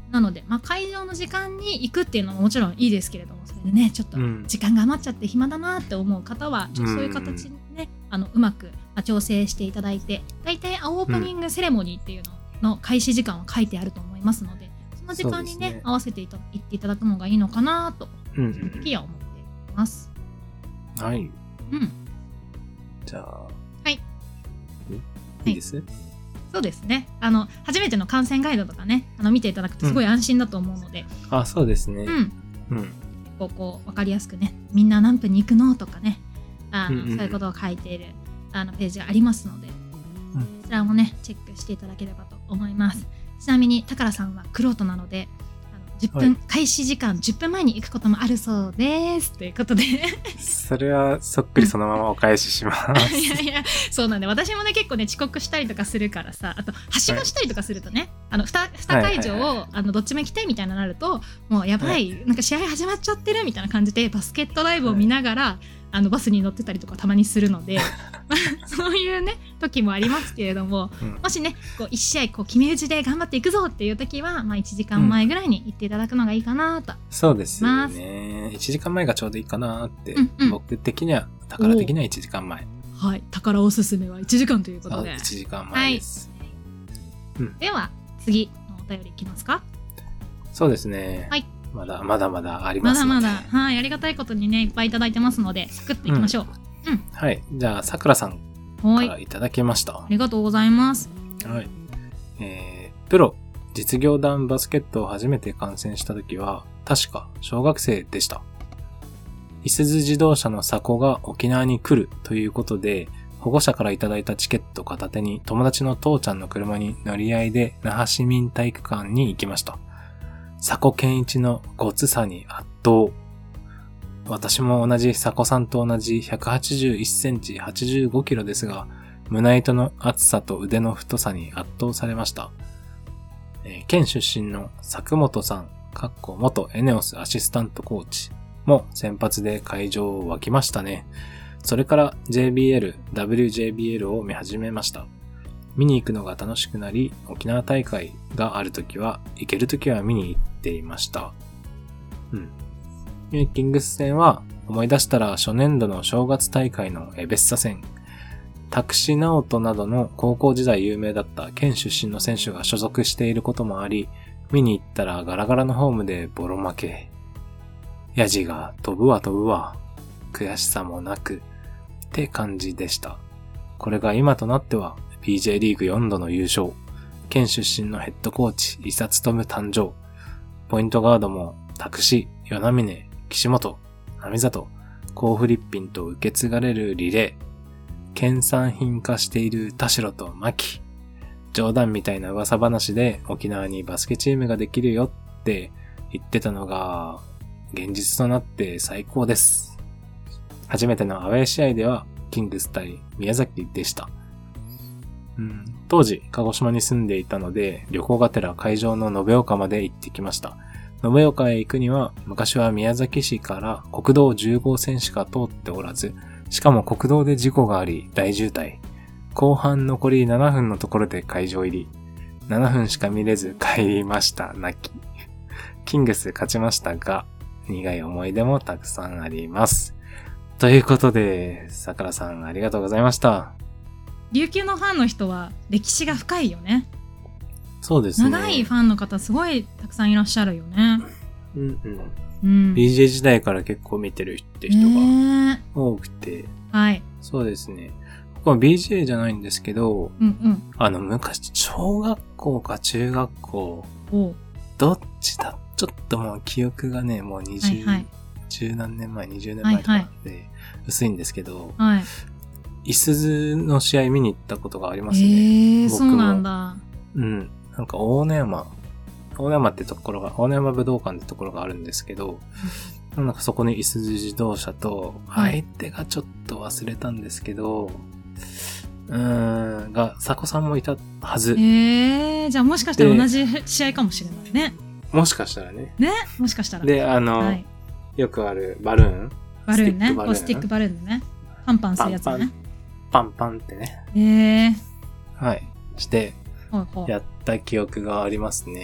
なので、まあ、会場の時間に行くっていうのももちろんいいですけれども、それでねちょっと時間が余っちゃって暇だなって思う方は、うん、ちょっとそういう形にね、うん、あのうまく調整していただいて、だいたいオープニングセレモニーっていうのの開始時間は書いてあると思いますので、その時間に ね, ね合わせていた行っていただくのがいいのかなと個人的には思っています、 うん、はい、 うん、 じゃあはいいいです、はい、 そうですね。あの初めての観戦ガイドとかね、あの見ていただくとすごい安心だと思うので、 うん、あ、そうですね。うん、うん、 こうこう分かりやすくね、みんな何分に行くのとかね、あの、うんうん、そういうことを書いているあのページがありますので、うん、こちらもねチェックしていただければと思います。ちなみにタカラさんは玄人なので、あのじゅっぷん、はい、開始時間じゅっぷんまえに行くこともあるそうですということでそれはそっくりそのままお返ししますいやいや、そうなんで、私もね結構ね遅刻したりとかするからさ、あとはしごしたりとかするとね、はい、あの 2, 2会場を、はいはいはい、あのどっちも行きたいみたいになると、もうやばい、はい、なんか試合始まっちゃってるみたいな感じでバスケットライブを見ながら、はい、あのバスに乗ってたりとかたまにするのでそういうね時もありますけれども、うん、もしねこういち試合こう決め打ちで頑張っていくぞっていう時は、まあ、いちじかんまえぐらいに行っていただくのがいいかなと、うん、 そうですね、いちじかんまえがちょうどいいかなって、うんうん、僕的には宝的にはいちじかんまえ、 はい、宝おすすめはいちじかんということで、 いちじかんまえです、 はい、うん、では次のお便りいきますか。 そうですね、はい、まだまだまだありますので、 まだまだ、はい、ありがたいことにねいっぱいいただいてますので、サクッといきましょう、うんうん、 はい、じゃあさくらさんからいただきました。 ありがとうございます。 はい、えー、プロ実業団バスケットを初めて観戦した時は確か小学生でした。いすゞ自動車のサコが沖縄に来るということで、保護者からいただいたチケット片手に友達の父ちゃんの車に乗り合いで那覇市民体育館に行きました。サコ健一のごつさに圧倒。私も同じサコさんと同じひゃくはちじゅういっセンチはちじゅうごキロですが、胸糸の厚さと腕の太さに圧倒されました。えー、県出身の佐久本さん、かっこ元エネオスアシスタントコーチも先発で会場を沸きましたね。それから ジェービーエル、ダブリュージェービーエル を見始めました。見に行くのが楽しくなり、沖縄大会があるときは、行けるときは見に行っていました。うん。キングス戦は思い出したら初年度の正月大会のエベッサ戦。拓司直人などの高校時代有名だった県出身の選手が所属していることもあり、見に行ったらガラガラのホームでボロ負け。ヤジが飛ぶわ飛ぶわ。悔しさもなく。って感じでした。これが今となっては ピージェー リーグよんどの優勝。県出身のヘッドコーチ、伊佐勉誕生。ポイントガードも拓司、与那嶺、岸本、並里、コーフリッピンと受け継がれるリレー。県産品化している田代と牧。冗談みたいな噂話で沖縄にバスケチームができるよって言ってたのが現実となって最高です。初めてのアウェー試合ではキングス対宮崎でした。うん、当時鹿児島に住んでいたので旅行がてら会場の延岡まで行ってきました。延岡へ行くには昔は宮崎市から国道じゅう号線しか通っておらず、しかも国道で事故があり大渋滞。後半残りななふんのところで会場入り。ななふんしか見れず帰りました。泣き。キングス勝ちましたが、苦い思い出もたくさんあります。ということで、さくらさんありがとうございました。 琉球のファンの人は歴史が深いよね。 そうですね。 長いファンの方すごいたくさんいらっしゃるよね。 うんうん。うん、ビージェー 時代から結構見てるって人が多くて、えー、 はい。 そうですね。僕は ビージェー じゃないんですけど、うんうん、あの昔小学校か中学校どっちだちょっともう記憶がねもうにじゅう、はいはい、十何年前にじゅうねんまえとかで薄いんですけど、はいはい、いすゞの試合見に行ったことがありますね。 えー、そうなんだ。 うん。なんか大野山大野山ってところが、大野山武道館ってところがあるんですけど、うん、なんかそこにいすゞ自動車と、相手がちょっと忘れたんですけど、はい、うーん、が、佐古さんもいたはず。 えー、じゃあもしかしたら同じ試合かもしれないね。 もしかしたらね。 ね、もしかしたら。 で、あの、はい、よくあるバルーン。 バルーンね。こうスティックバルーンでね。パンパンするやつね。 パンパンってね。 えー。 はい。して、やった記憶がありますね。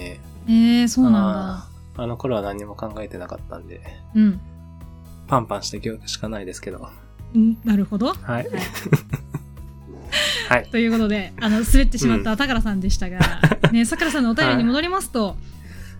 えー、そうなんだ。 あ, あの頃は何も考えてなかったんで。 うん。 パンパンして今日しかないですけど。 うん、なるほど。 はい。はいはい、 ということで、あの滑ってしまった宝さんでしたが、うん、ね、さくらさんのお便りに戻りますと、はい、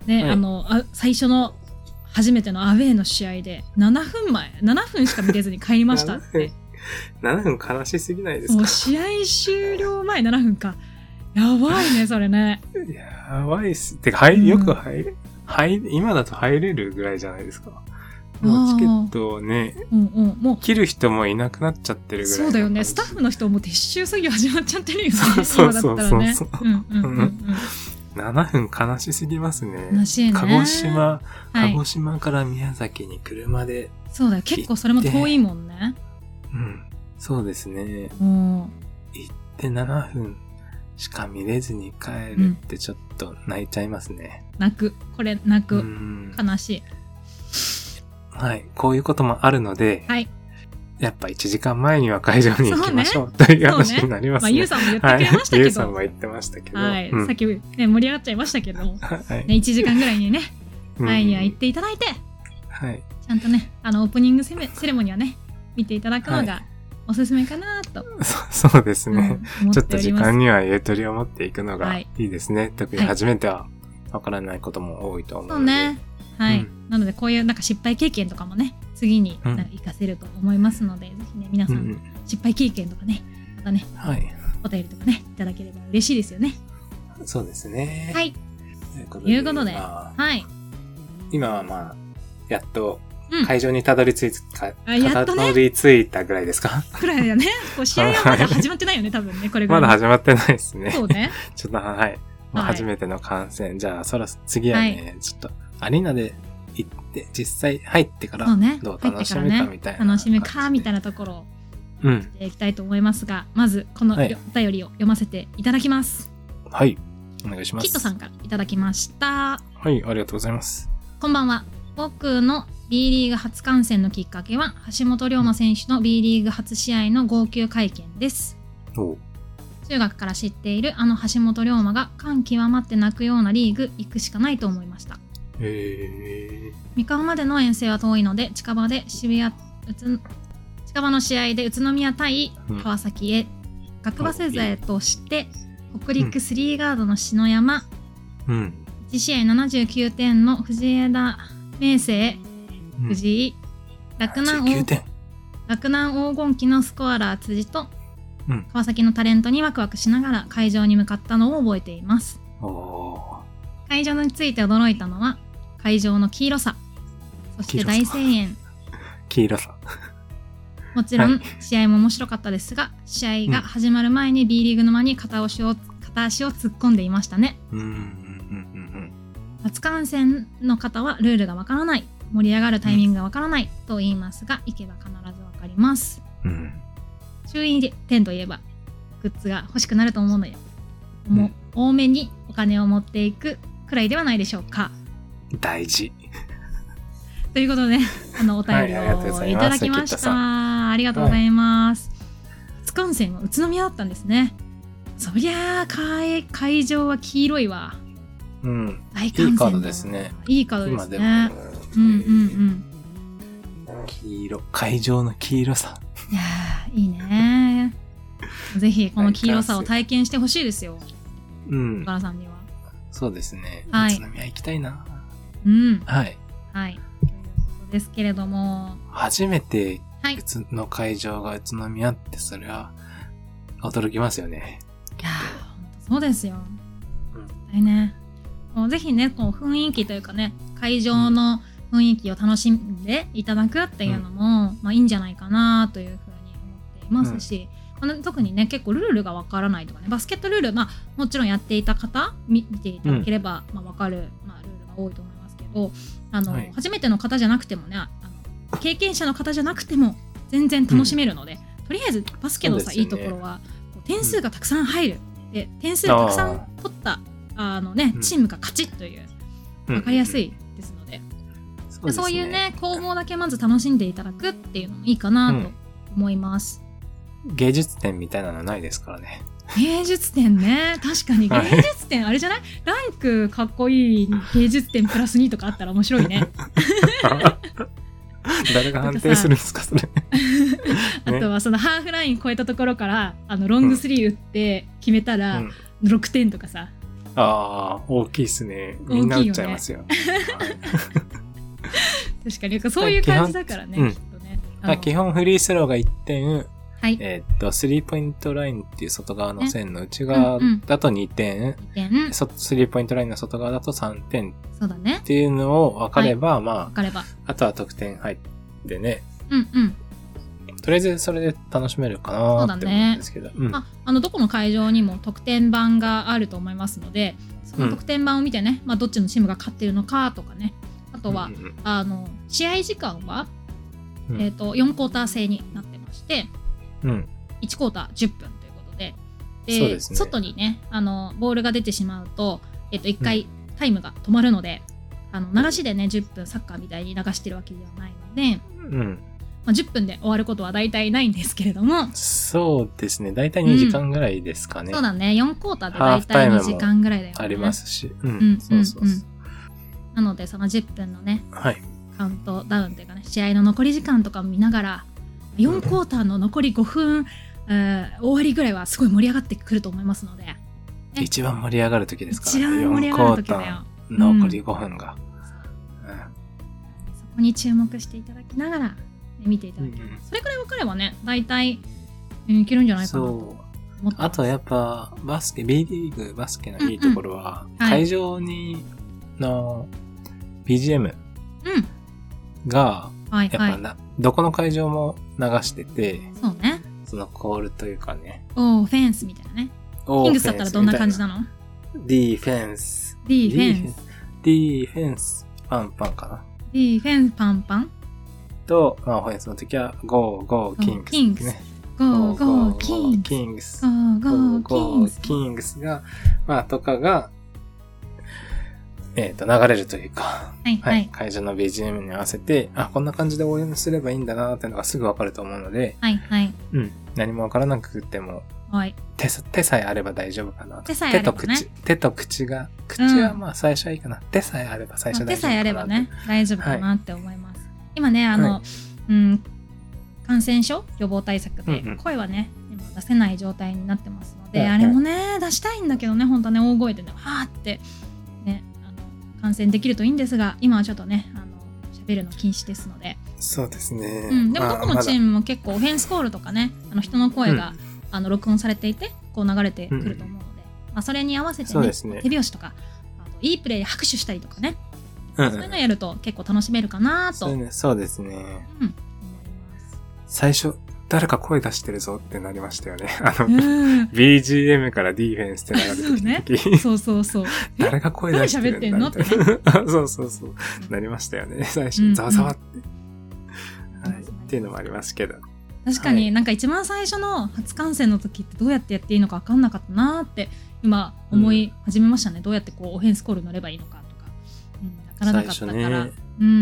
ね、はい、あのあ最初の初めてのアウェーの試合でななふんまえ、ななふんしか見れずに帰りましたって。 ななふん悲しすぎないですか？ もう試合終了前ななふんか。やばいね、それね。 やばいっす。てか、入よく入れ、入今だと入れるぐらいじゃないですか。もうチケットをね、 うんうん、もう切る人もいなくなっちゃってるぐらい。 そうだよね。スタッフの人も撤収作業始まっちゃってるよね。 そうそうそうそう。 ね、うんうんうんうん、 ななふん悲しすぎますね。 悲しいね。 鹿児島、鹿児島から宮崎に車で、はい。 そうだよ。結構それも遠いもんね。 うん。そうですね。 うん、 行ってななふんしか見れずに帰るってちょっと泣いちゃいますね。 うん、泣く。これ泣く。悲しい。 はい。こういうこともあるので、 はい。 やっぱいちじかんまえには会場に行きましょう、ね、という話になりますね。まあ、 ゆうさんも言ってくれましたけど。はい、 ゆうさんも言ってましたけど。 はい。 うん、 さっき、ね、盛り上がっちゃいましたけど、はい、ね、いちじかんぐらいにね、前には行っていただいて、 はい。 ちゃんとね、あの、オープニングセレモニーはね、見ていただくのがおすすめかなと、 はいそ。そうですね、うん。ちょっと時間にはゆとりを持っていくのがいいですね。はい、特に初めてはわからないことも多いと思うので。 そうね。はい、うん。なので、こういうなんか失敗経験とかもね、次になんか活かせると思いますので、うん、ぜひね、皆さん、うん、失敗経験とかね、またね、 はい、 お便りとかね、いただければ嬉しいですよね。 そうですね。 はい。 ということで、いうことではい。 今はまあ、やっと会場にたどり着いた、 うん、 たどり着いたぐらいですか？ くらいだね。こう試合はまだ始まってないよね、多分ね、これぐらい。 まだ始まってないですね。 そうね。 ちょっと、はい。まあ、初めての観戦。はい、じゃあ、そら、次はね、はい、ちょっと、アリーナで行って、実際入ってから、どう楽しむかみたいな、 ね。楽しむか、みたいなところを、 うん。 していきたいと思いますが、まず、このお便りを読ませていただきます。 はい。お願いします。 キットさんからいただきました。 はい、ありがとうございます。 こんばんは。僕の B リーグ初観戦のきっかけは、橋本龍馬選手の B リーグ初試合の号泣会見です。 お中学から知っているあの橋本龍馬が感極まって泣くようなリーグ行くしかないと思いました。 へー。 三河までの遠征は遠いので、近場で渋谷、うつ近場の試合で宇都宮対川崎へ、うん、学馬勢勢として北陸スリーガードの篠山、 うん、 いち試合ななじゅうきゅうてんの藤枝明生、藤井、洛南洛南黄金期のスコアラー辻と、うん、川崎のタレントにワクワクしながら会場に向かったのを覚えています。 お会場について驚いたのは会場の黄色さ、そして大声援。 黄色さ。 もちろん試合も面白かったですが、はい、試合が始まる前に B リーグの間に片足を片足を突っ込んでいましたね。 うんうんうんうん。 初観戦の方はルールがわからない、盛り上がるタイミングがわからないと言いますが、行けば必ずわかります。 うん、 注意点といえばグッズが欲しくなると思うので、もう多めにお金を持っていくくらいではないでしょうか。 大事ということで、あのお便りをいただきました。はい、ありがとうございます。初観戦は宇都宮だったんですね。そりゃあ 会, 会場は黄色いわ。 うん、 大観戦。 いいカードですね。 いいカードですね。うんうんうん。 黄色、会場の黄色さ。 いやー、いいね。ぜひこの黄色さを体験してほしいですよ。 うん。 岡田さんには。 そうですね。 はい、 宇都宮行きたいな。 うん。 はい。 はい。ということですけれども。 初めての会場が宇都宮って、それは驚きますよね。 いやー、ほんとそうですよ。うん。ね。もうぜひね、こう雰囲気というかね、会場の雰囲気を楽しんでいただくっていうのも、うん、まあいいんじゃないかなというふうに思っていますし、うん、まあ、特にね、結構ルールがわからないとかね、バスケットルール、まあもちろんやっていた方、見ていただければ、うん、まあわかる、まあ、ルールが多いと思いますけど、あの、はい、初めての方じゃなくてもね、あの経験者の方じゃなくても全然楽しめるので、うん、とりあえずバスケのさ、ね、いいところは点数がたくさん入る、うん、で点数たくさん取ったあのね、チームが勝ちという、分かりやすいですので、うん、そうですね、そういうね、攻防だけまず楽しんでいただくっていうのもいいかなと思います。 うん、芸術点みたいなのないですからね。 芸術点ね。確かに芸術点、はい、あれじゃない？ランクかっこいい芸術点プラスにとかあったら面白いね。 誰が判定するんですかそれ。 あとはそのハーフライン超えたところからあのロングスリー打って決めたらろくてんとかさ、 うん、ああ大きいっすね。みんな打っちゃいますよ。 確かにそういう感じだからね、うん、きっとね。 まあ、基本フリースローがいってん、はい、えー、っとスリーポイントラインっていう外側の線の内側だとにてん、うんうん、スリーポイントラインの外側だとさんてんっていうのを分かれば、はい、まあ分かればあとは得点入ってね、 うんうん、 とりあえずそれで楽しめるかなって思うんですけど、 うん、あ, あのどこの会場にも得点板があると思いますので、その得点板を見てね、うん、まあ、どっちのチームが勝ってるのかとかね、あとは、うんうん、あの試合時間は、うん、えー、とよんクォーター制になってまして、 うん、 いちクォーターじゅっぷんということで、で、そうですね、外にねあのボールが出てしまうと、えー、といっかいタイムが止まるので、うん、あの流しでねじゅっぷんサッカーみたいに流してるわけではないので、 うん、 まあ、じゅっぷんで終わることは大体ないんですけれども、 そうですね、大体にじかんぐらいですかね、 うん、そうだね、よんクォーターで大体にじかんぐらいだよね。 ありますし、うん、 うん、そうそうそう、うん、なのでそのじゅっぷんのね、 はい、 カウントダウンというかね、試合の残り時間とかも見ながらよんクォーターの残りごふん、えー、終わりぐらいはすごい盛り上がってくると思いますので、ね、 一番盛り上がる時ですからね。 一番盛り上がる時だよ。 残りごふんが、 うんうん、そこに注目していただきながら、ね、見ていただける、うん、それくらい分かればね大体、えー、いけるんじゃないかなと思ってます。 あとやっぱバスケ B リーグバスケのいいところは、うんうん、会場にの ビージーエム がやっぱな、はいはい、どこの会場も流してて、 そうね、 そのコールというかね、 おーフェンスみたいなね。キングスだったらどんな感じなの？ ディフェンスディフェンスディフェンスパンパンかな。 ディフェンスパンパンと、まあオフェンスの時はゴーゴーキングス、ね、 キングスゴーゴーキングスキングスゴーゴーキングスキングスがまあとかがえっと流れるというか、 はいはいはい、 会場の ビージーエム に合わせて、あ、こんな感じで応援すればいいんだなっていうのがすぐわかると思うので、 はいはい、 うん、何もわからなくても、 はい、 手, 手さえあれば大丈夫かな。 手さえあれば、ね、 手と口、手と口が、口はまあ最初はいいかな。うん、手さえあれば最初大丈夫かな。 手さえあればね、大丈夫かなって思います。はい、今ね、あの、はい、うん、感染症予防対策で声はね、うんうん、今出せない状態になってますので、うんうん、あれもね出したいんだけどね、本当はね大声でね、はーってね、あの感染できるといいんですが、今はちょっとね、あの喋るの禁止ですので。 そうですね。 うん、でもどこのチームも結構オフェンスコールとかね、あの人の声が、うん、あの録音されていてこう流れてくると思うので、うん、まあ、それに合わせて ね, ね手拍子とか、あといいプレーで拍手したりとかね、うんうん、そういうのやると結構楽しめるかなと。 そう、ね、そうですね。 うん、 最初誰か声出してるぞってなりましたよね。あの、うん、ビージーエム からディフェンスって流れてきた時、 そうそうそう。 誰が声出してるんだみたいな。そうそうそう。なりましたよね。最初、ざわざわって、うんうん、はい。っていうのもありますけど。 確かに、はい、なんか一番最初の初観戦の時ってどうやってやっていいのか分かんなかったなって今思い始めましたね。うん、どうやってこうオフェンスコール乗ればいいのかとか、うん、分からなかったから、ね、うん、うん、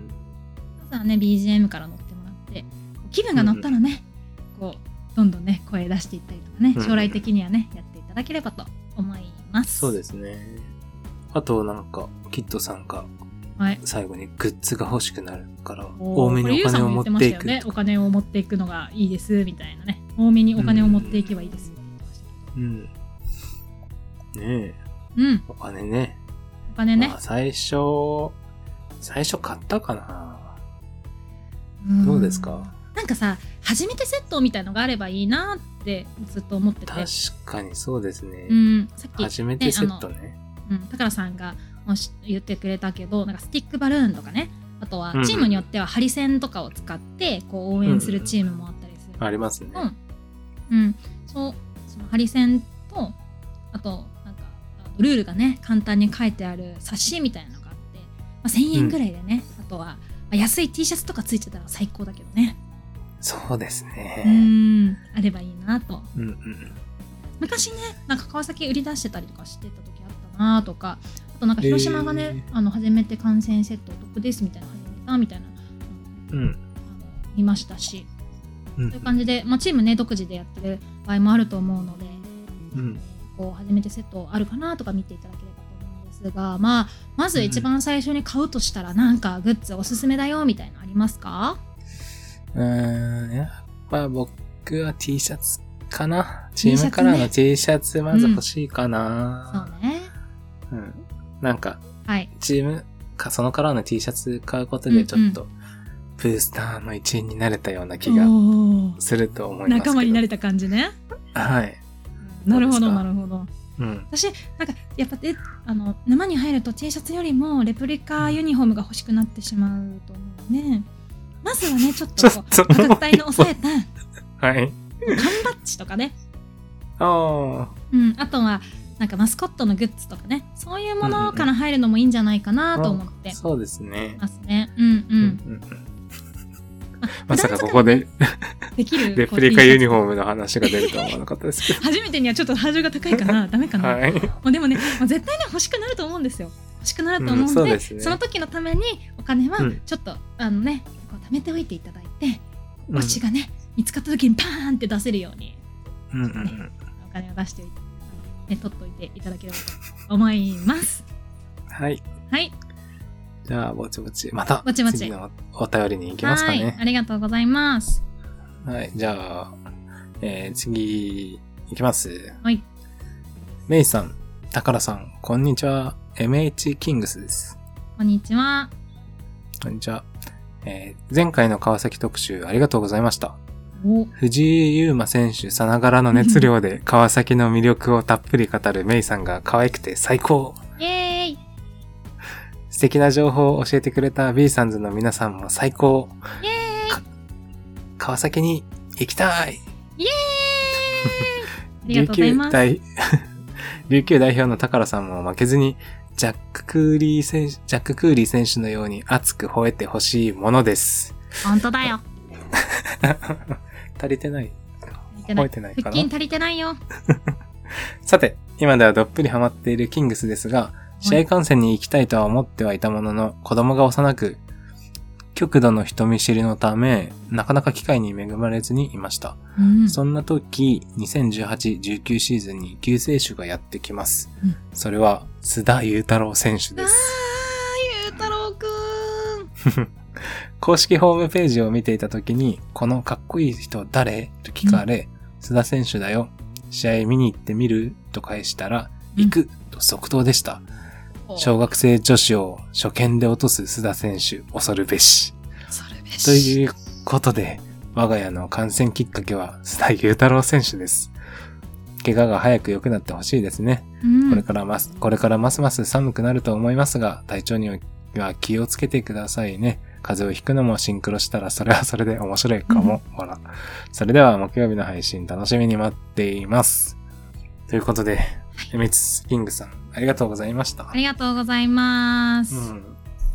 まずはね ビージーエム から乗ってもらって気分が乗ったらね、うん、こうどんどんね声出していったりとかね、将来的にはねやっていただければと思います。 そうですね。あとなんかキッドさんが最後にグッズが欲しくなるから多めにお金を持っていく、 ね、お金を持っていくのがいいですみたいなね、多めにお金を持っていけばいいですって言ってましたけど、 うん、ねえ、 うん、 お金ね、 お金ね、 まあ、最初最初買ったかな、うん、どうですか。 なんかさ、初めてセットみたいのがあればいいなってずっと思ってて。 確かにそうですね、 うん、さっき初めてセットね、 うん、高良さんがもし言ってくれたけど、なんかスティックバルーンとかね、あとはチームによってはハリセンとかを使ってこう応援するチームもあったりする、 うん、ありますね。 うん、うん、そうそのハリセンとあとなんかルールがね簡単に書いてある冊子みたいなのがあって、まあ、せんえんぐらいでね、うん、あとは、まあ、安い T シャツとかついてたら最高だけどね。 そうですね。 うん、あればいいなと。 うんうん、 昔ねなんか川崎売り出してたりとかしてた時あったなとか。なんか広島がね、えー、あの初めて観戦セットお得ですみたいな始めたみたいな、 うん、あの見ましたし、 うん、 そういう感じで、まあ、チームね独自でやってる場合もあると思うので、 うん、こう初めてセットあるかなとか見ていただければと思うんですが、まあ、まず一番最初に買うとしたら、なんかグッズおすすめだよみたいなのありますか？ うーん、やっぱ僕は T シャツかな。チームカラーの T シャツまず欲しいかな。 うん、そうね。 うん。なんか、 はい、 チームか、そのカラーの T シャツ買うことでちょっと、ブースターの一員になれたような気がすると思いますけど。 仲間になれた感じね。 はい。 なるほど、なるほど。 うん、 私、なんか、やっぱで、あの、沼に入ると T シャツよりもレプリカユニフォームが欲しくなってしまうと思うね。まずはね、ちょっとこう、価格帯の抑えた、 はい。 缶バッジとかね。 ああ。 うん、あとは、なんかマスコットのグッズとかね。そういうものから入るのもいいんじゃないかなと思って。 うんうん、そうですね。 ますね。うんうん。うんうん、 まさかここでできるレプリカユニフォームの話が出るとは思わなかったですけど。 初めてにはちょっとハードルが高いかな。ダメかな。 はい。 もうでもね、もう絶対ね、欲しくなると思うんですよ。欲しくなると思うんで、うん、 そうですね、その時のためにお金はちょっと、うん、あのね、こう貯めておいていただいて、うん、推しがね、見つかった時にパーンって出せるように、 うんうんうんね、 お金を出しておいて、ね、取っといていただければと思います。 はい。 はい。 じゃあ、ぼちぼち、また、 ぼちぼち次のお便りに行きますかね。 はい。ありがとうございます。 はい。じゃあ、えー、次、行きます。 はい。 メイさん、タカラさん、こんにちは。エムエイチ キングスです。 こんにちは。 こんにちは。えー、前回の川崎特集ありがとうございました。藤井優馬選手さながらの熱量で川崎の魅力をたっぷり語るメイさんが可愛くて最高。 イエーイ。 素敵な情報を教えてくれた B サンズの皆さんも最高。 イエーイ。 川崎に行きたい。 イエーイ。ありがとうございます。 琉球代表の宝さんも負けずにジャック・クーリー選手、ジャック・クーリー選手のように熱く吠えてほしいものです。 本当だよ。 足りてない。吠えてないかな。 腹筋足りてないよ。 さて、今ではどっぷりハマっているキングスですが、試合観戦に行きたいとは思ってはいたものの、子供が幼く、極度の人見知りのため、なかなか機会に恵まれずにいました。うん、そんな時、にせんじゅうはちじゅうきゅうシーズンに救世主がやってきます。うん、それは、須田侑太郎選手です。あー、侑太郎くん。 公式ホームページを見ていた時に、このかっこいい人誰と聞かれ、うん、須田選手だよ。試合見に行ってみると返したら、行く、うん、と即答でした。小学生女子を初見で落とす須田選手、恐るべし。 恐るべし。 ということで、我が家の観戦きっかけは須田侑太郎選手です。怪我が早く良くなってほしいですね。うん、これからます、これからますます寒くなると思いますが、体調には気をつけてくださいね。風邪をひくのもシンクロしたらそれはそれで面白いかも。うん、ほら。それでは木曜日の配信楽しみに待っています。ということで、エムエイチキングさん、ありがとうございました。 ありがとうございます。 うん。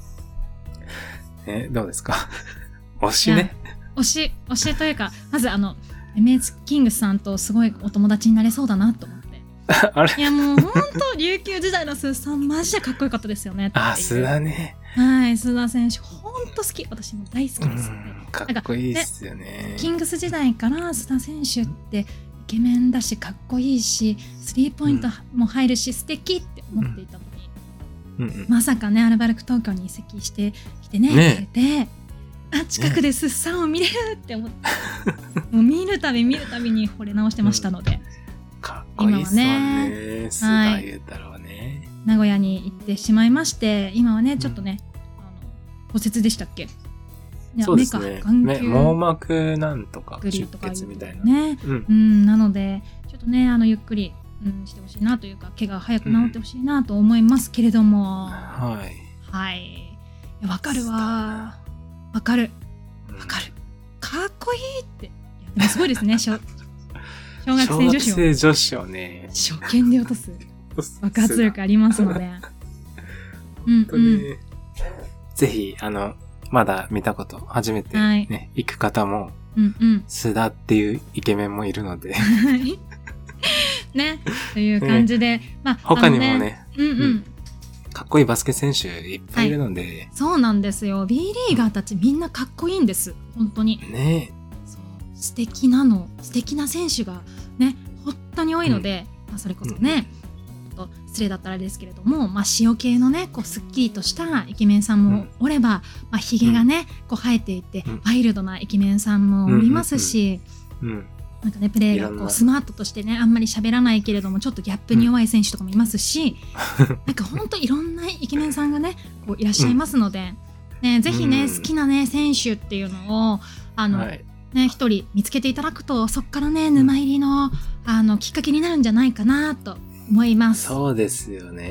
え、どうですか推しね。 推し、推しというか、まずあの、エムエイチキングさんとすごいお友達になれそうだなと思って。 あれいやもうほんと、琉球時代の須田さん、マジでかっこよかったですよね。 あ、須田ね。 はい、須田選手、ほんと好き。私も大好きですよね。 かっこいいですよね。 キングス時代から須田選手って、イケメンだしかっこいいしスリーポイントも入るし、うん、素敵って思っていたのに、うんうんうん、まさかねアルバルク東京に移籍してきてねねであ近くでスッサンを見れるって思って、ね、もう見るたび見るたびに惚れ直してましたので、うん、 かっこいいっすもんね須田侑太郎ね、 はい、名古屋に行ってしまいまして今はねちょっとね、うん、あの骨折でしたっけそうですね。ね、網膜なんとか出血みたいな。 ね、うん、うん、なのでちょっとねあのゆっくり、うん、してほしいなというか怪我早く治ってほしいなと思いますけれども、うん、 はいはいわかるわわかるわかるかっこいいっていやでもすごいですね小, 小学生女子を小学生女子をね初見で落とす爆発力ありますので本当に、うん、ぜひあのまだ見たこと初めてね、はい、行く方も、うんうん、須田っていうイケメンもいるのでねという感じで、ねまあ、 他にもね、ねうんうんうん、 かっこいいバスケ選手いっぱいいるので、はい、 そうなんですよ B リーガーたちみんなかっこいいんです本当にねそう素敵なの素敵な選手がね本当に多いので、 まあ、それこそね、うん、ちょっと失礼だったらあれですけれども、まあ、塩系のねこうすっきりとしたイケメンさんもおれば、うんまあ、ひげがね、うん、こう生えていて、うん、ワイルドなイケメンさんもおりますし、うんうんうん、なんかねプレーがこうスマートとしてねあんまり喋らないけれどもちょっとギャップに弱い選手とかもいますし、うん、なんかほんといろんなイケメンさんがねこういらっしゃいますので、うんね、ぜひね、うん、好きなね選手っていうのをあの、はいね、一人見つけていただくとそっからね沼入りの、あのきっかけになるんじゃないかなと思います。 そうですよね、うん、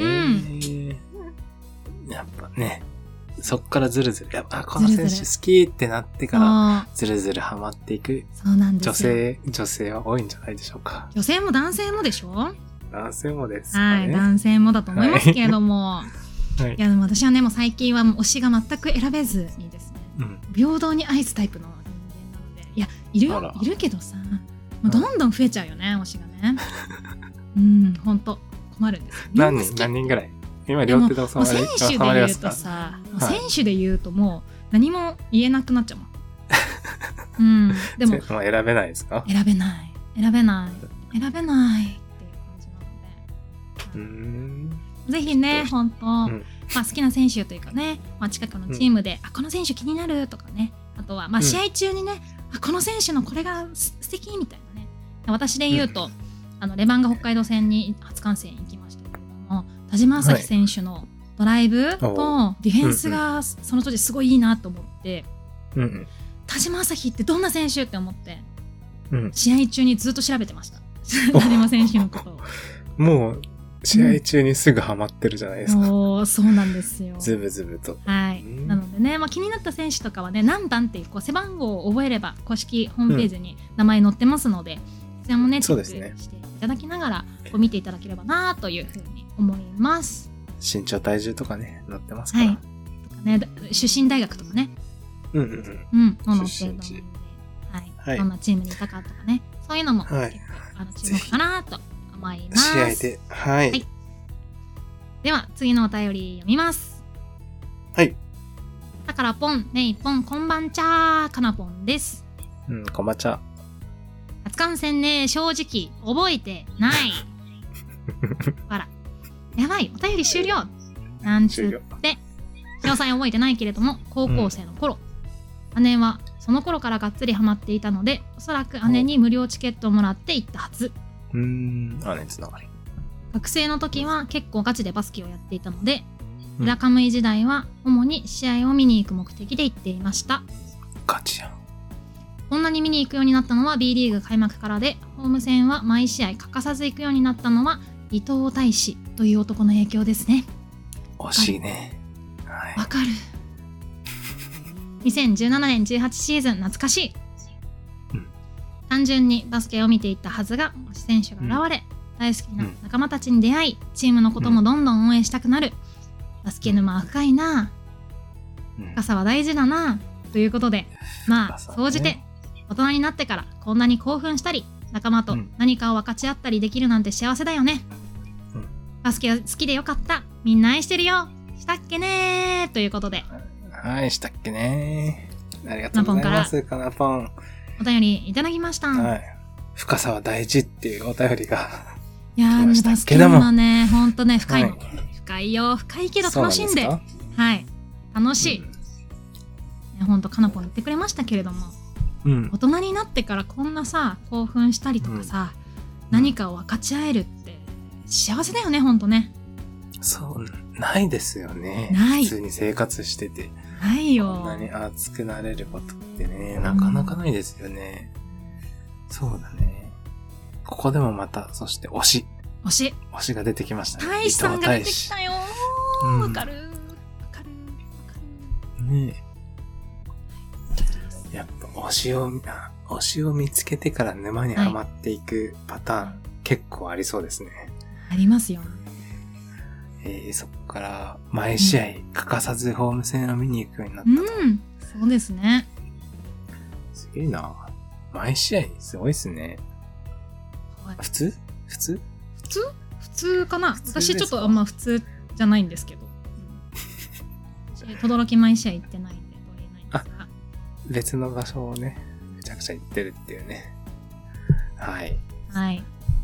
やっぱねそっからずるずるやっぱこの選手好きってなってからずるずるハマっていく女性女性は多いんじゃないでしょうか。 女性も男性もでしょ。 男性もですかね。 はい、男性もだと思いますけれども、はい、いやでも私はねもう最近は推しが全く選べずにですね、うん、平等に愛すタイプの人間なので、いやいるよいるけどさ、もうどんどん増えちゃうよね推しがね。うん本当困るんですよ。 何人何人ぐらい。今両手で収まり選手で言うとさ、はい、選手で言うともう何も言えなくなっちゃうもん。うん、でも選べないですか。 選べない選べない選べないっていう感じなので、うーんぜひね本当、うんまあ、好きな選手というかね、まあ、近くのチームで、うん、あこの選手気になるとかね、あとはまあ試合中にね、うん、あこの選手のこれが素敵みたいなね。私で言うと、うん、あのレバンガ北海道戦に初観戦行きましたけれども、田島朝日選手のドライブとディフェンスがその当時すごいいいなと思って、うんうん、田島朝日ってどんな選手って思って、うん、試合中にずっと調べてました田島選手のことを。 もう試合中にすぐハマってるじゃないですか、 うん、そうなんですよ。 ズブズブと、 はい、なのでね、まあ、気になった選手とかはね何番っていう、こう背番号を覚えれば公式ホームページに名前載ってますので、うん、それもねチェックしていただきながらこう見ていただければなというふうに思います。 身長体重とかね載ってますから、はい、 とかね、出身大学とかね、 うんうんうん、 うん、載ってると思うので、はいはい、どんなチームにいたかとかね、そういうのも結構、はい、あの注目かなと思います。 試合で、はい、はい、 では次のお便り読みます。 はい。 だからポンねいポンこんばんちゃーかなぽんです。 うんこんばんちゃ。 初観戦ね正直覚えてない。あら。やばいお便り終了なんつって詳細覚えてないけれども高校生の頃、うん、姉はその頃からがっつりハマっていたのでおそらく姉に無料チケットをもらって行ったはず。 うーん姉つながり。 学生の時は結構ガチでバスケをやっていたので、うん、浦カムイ時代は主に試合を見に行く目的で行っていました。 ガチやん。 こんなに見に行くようになったのは B リーグ開幕からで、ホーム戦は毎試合欠かさず行くようになったのは伊藤大志という男の影響ですね。 惜しいね。 わかる。にせんじゅうななねんじゅうはちシーズン懐かしい、うん、単純にバスケを見ていったはずが推し選手が現れ、うん、大好きな仲間たちに出会い、チームのこともどんどん応援したくなる、うん、バスケ沼は深いな、うん、深さは大事だなということで、まあ総じて大人になってからこんなに興奮したり仲間と何かを分かち合ったりできるなんて幸せだよね、うん、バスケ好きでよかった、みんな愛してるよ、したっけねーということで、 はいしたっけねー、ありがとうございます。かなぽんお便りいただきました。 はい、深さは大事っていうお便りがいやーバスケはねほんとね深いの、はい、深いよ深いけど楽しん で, ではい楽しい、うんね、ほんとかなぽん言ってくれましたけれども、うん、大人になってからこんなさ興奮したりとかさ、うん、何かを分かち合えるって幸せだよねほんとね。 そうないですよね。 ない普通に生活しててないよ。 こんなに熱くなれることってねなかなかないですよね、うん、そうだね。ここでもまたそして推し推し推しが出てきましたね。 大志さんが出てきたよー、わ、うん、かるわかるわかるねえ。やっぱ推しを推しを見つけてから沼にはまっていくパターン、はい、結構ありそうですね。 ありますよ。 えー、そこから毎試合欠かさずホーム戦を見に行くようになったと、 うん、そうですね。 すげえな。毎試合すごいっすね。普通普通普通普通かな。私ちょっとあんま普通じゃないんですけど轟毎試合行ってないんでどう言えないんですが、あ別の場所をねめちゃくちゃ行ってるっていうね。はいはい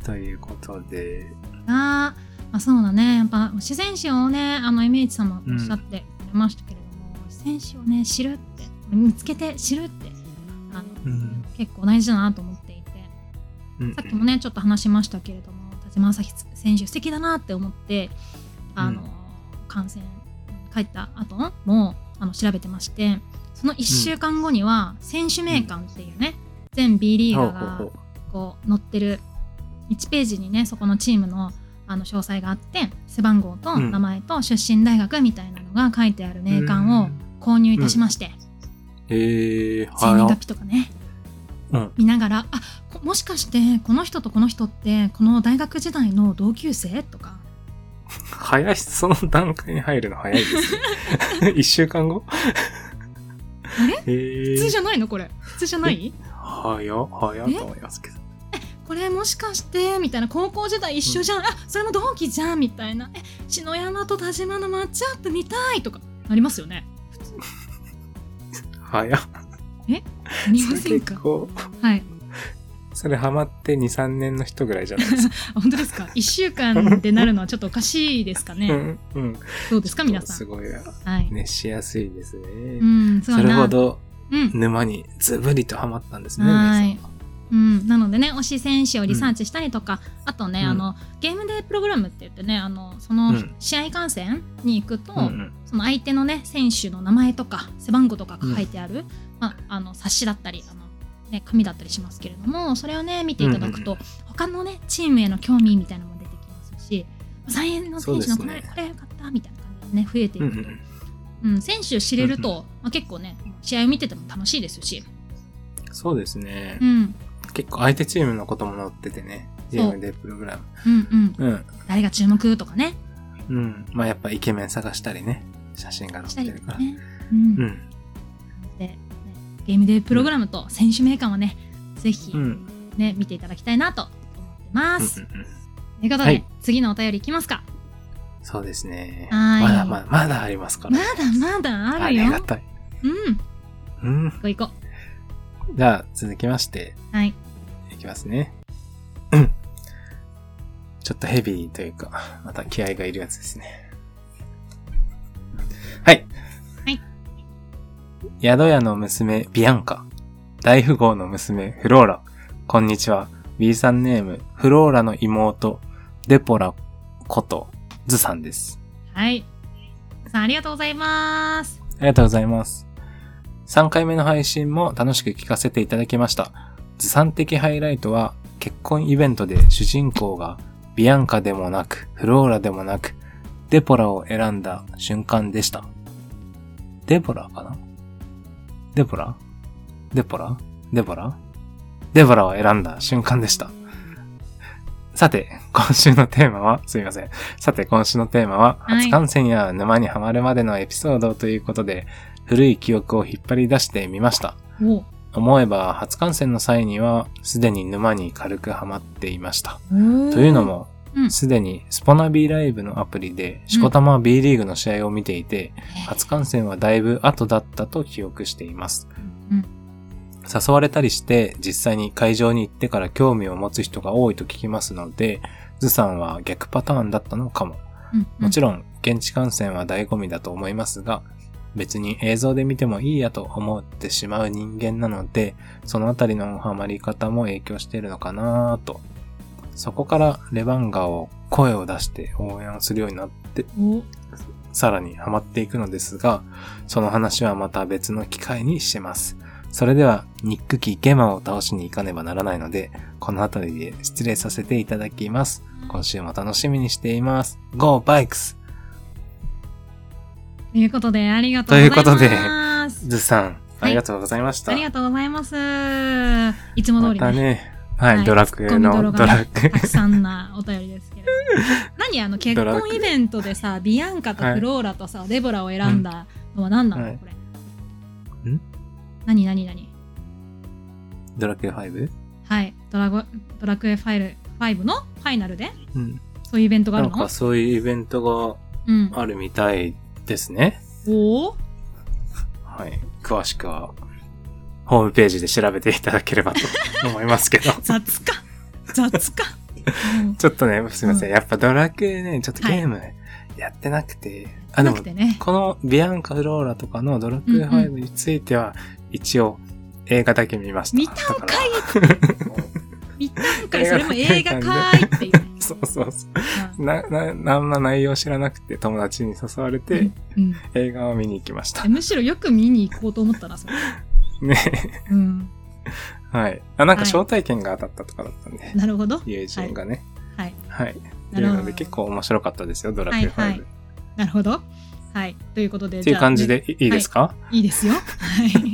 ということで。 ああ、そうだね。やっぱ推し選手をね、あの エムエイチ さんもおっしゃってくれましたけれども、推し選手をね知るって、見つけて知るってあの、うん、結構大事だなと思っていて、うん、さっきもねちょっと話しましたけれども、田島朝日選手素敵だなって思って、あの、うん、観戦帰った後もあの調べてまして、そのいっしゅうかんごには選手名鑑っていうね、うん、全 B リーガーがこう載ってるいちページにね、そこのチームのあの詳細があって、背番号と名前と出身大学みたいなのが書いてある名鑑を購入いたしまして、 うん、えー、 生年月日とかね、うん、見ながら、あ、もしかしてこの人とこの人ってこの大学時代の同級生とか。 早い、その段階に入るの早いですね。いっしゅうかんごあれ、えー、普通じゃないのこれ。普通じゃない？ 早っ、早いと思いますけど。 これもしかしてみたいな、高校時代一緒じゃん、うん、あ、それも同期じゃんみたいな、え、篠山と田島のマッチアップ見たいとかなりますよね。普通早っ。 え、ありませんか？はい。 それハマってに、さんねんの人ぐらいじゃないですか。 本当ですか？いっしゅうかんでなるのはちょっとおかしいですかね。うんうん、どうですか皆さん。 すごい、はい、熱しやすいですね。 うん、 それほど沼にズブリとハマったんですね。 はい。うん、なのでね、推し選手をリサーチしたりとか、うん、あとね、うん、あのゲームデープログラムって言ってね、あのその試合観戦に行くと、うん、その相手のね選手の名前とか背番号とかが書いてある、うん、まあ、あの冊子だったりあの、ね、紙だったりしますけれども、それをね見ていただくと、うん、他のねチームへの興味みたいなのも出てきますし、さんえんの選手のこれ、ね、これよかったみたいな感じでね増えていくと、うんうん、選手知れると、まあ、結構ね試合を見てても楽しいですし。 そうですね。 うん、 結構相手チームのことも載っててね、ゲームでプログラム。 うんうん。うん。誰が注目とかね。 うん。まあやっぱイケメン探したりね、写真が載ってるから。ね、 うん。うん。で、ね、ゲームでプログラムと選手名鑑はね、うん、ぜひ、ね、うん、見ていただきたいなと思ってます。うんうんうん、ということで、はい、次のお便りいきますか。 そうですね。 はい。 まだまだ、まだありますから。 まだまだあるよ。 ありがたい。 うん。 うん。 行こう行こう。 じゃあ続きまして、 はい。 いきますね。ちょっとヘビーというか、また気合がいるやつですね。はい。 はい。 宿屋の娘、ビアンカ。大富豪の娘、フローラ。こんにちは。B さんネーム、フローラの妹、デポラことズさんです。 はい。さあ、ありがとうございます。 ありがとうございます。さんかいめの配信も楽しく聞かせていただきました。ずさん的ハイライトは結婚イベントで主人公がビアンカでもなくフローラでもなくデポラを選んだ瞬間でした。デポラかな？デポラ？デポラ？デポラ？デポラを選んだ瞬間でした。さて、今週のテーマは、すみません。さて、今週のテーマは、初観戦や沼にはまるまでのエピソードということで、古い記憶を引っ張り出してみました。思えば初観戦の際にはすでに沼に軽くハマっていました。というのもすで、うん、にスポナビライブのアプリでしこたま B リーグの試合を見ていて、うん、初観戦はだいぶ後だったと記憶しています、うん、誘われたりして実際に会場に行ってから興味を持つ人が多いと聞きますので、ズさんは逆パターンだったのかも、うんうん、もちろん現地観戦は醍醐味だと思いますが、別に映像で見てもいいやと思ってしまう人間なので、そのあたりのハマり方も影響しているのかなと。そこからレバンガを声を出して応援するようになって、さらにハマっていくのですが、その話はまた別の機会にします。それでは、ニック機ゲマを倒しに行かねばならないので、このあたりで失礼させていただきます。今週も楽しみにしています。Go Bikes! ということで、ありがとうございます。 ということで、ズさん、ありがとうございました。 はい、ありがとうございます。いつも通りね。 またね、はい、はい、ドラクエのドラクエ。 たくさんなお便りですけれども。何あの結婚イベントでさ、ビアンカとフローラとさ、はい、デボラを選んだのは何なの、はい、これ。ん何何何ドラクエファイブ？ はい、ドラゴ、ドラクエファイル、ファイブのファイナルで、うん、そういうイベントがあるの？ なんかそういうイベントがあるみたいですね。 うん、おー？ はい。詳しくは、ホームページで調べていただければと思いますけど。 雑か雑かちょっとね、すいません。やっぱドラクエね、ちょっとゲームやってなくて。はい、あ、でも、ね、このビアンカ・フローラとかのドラクエファイブについては、一応映画だけ見ました。 見たんかい見たんかいそれも映画かーいっていう。 そうそうそう。な、な、なんな内容知らなくて友達に誘われて、うんうん、映画を見に行きました。 むしろよく見に行こうと思ったな、それ。 ねえ。うん。 はい。あ、なんか招待券が当たったとかだったんで。はい、 なるほど。 友人がね。 はい。 はい。なるほど。で結構面白かったですよ、ドラクエファイブ。はいはい、 なるほど。はい。ということで。 っていう感じでいいですか？ はい、いいですよ。はい。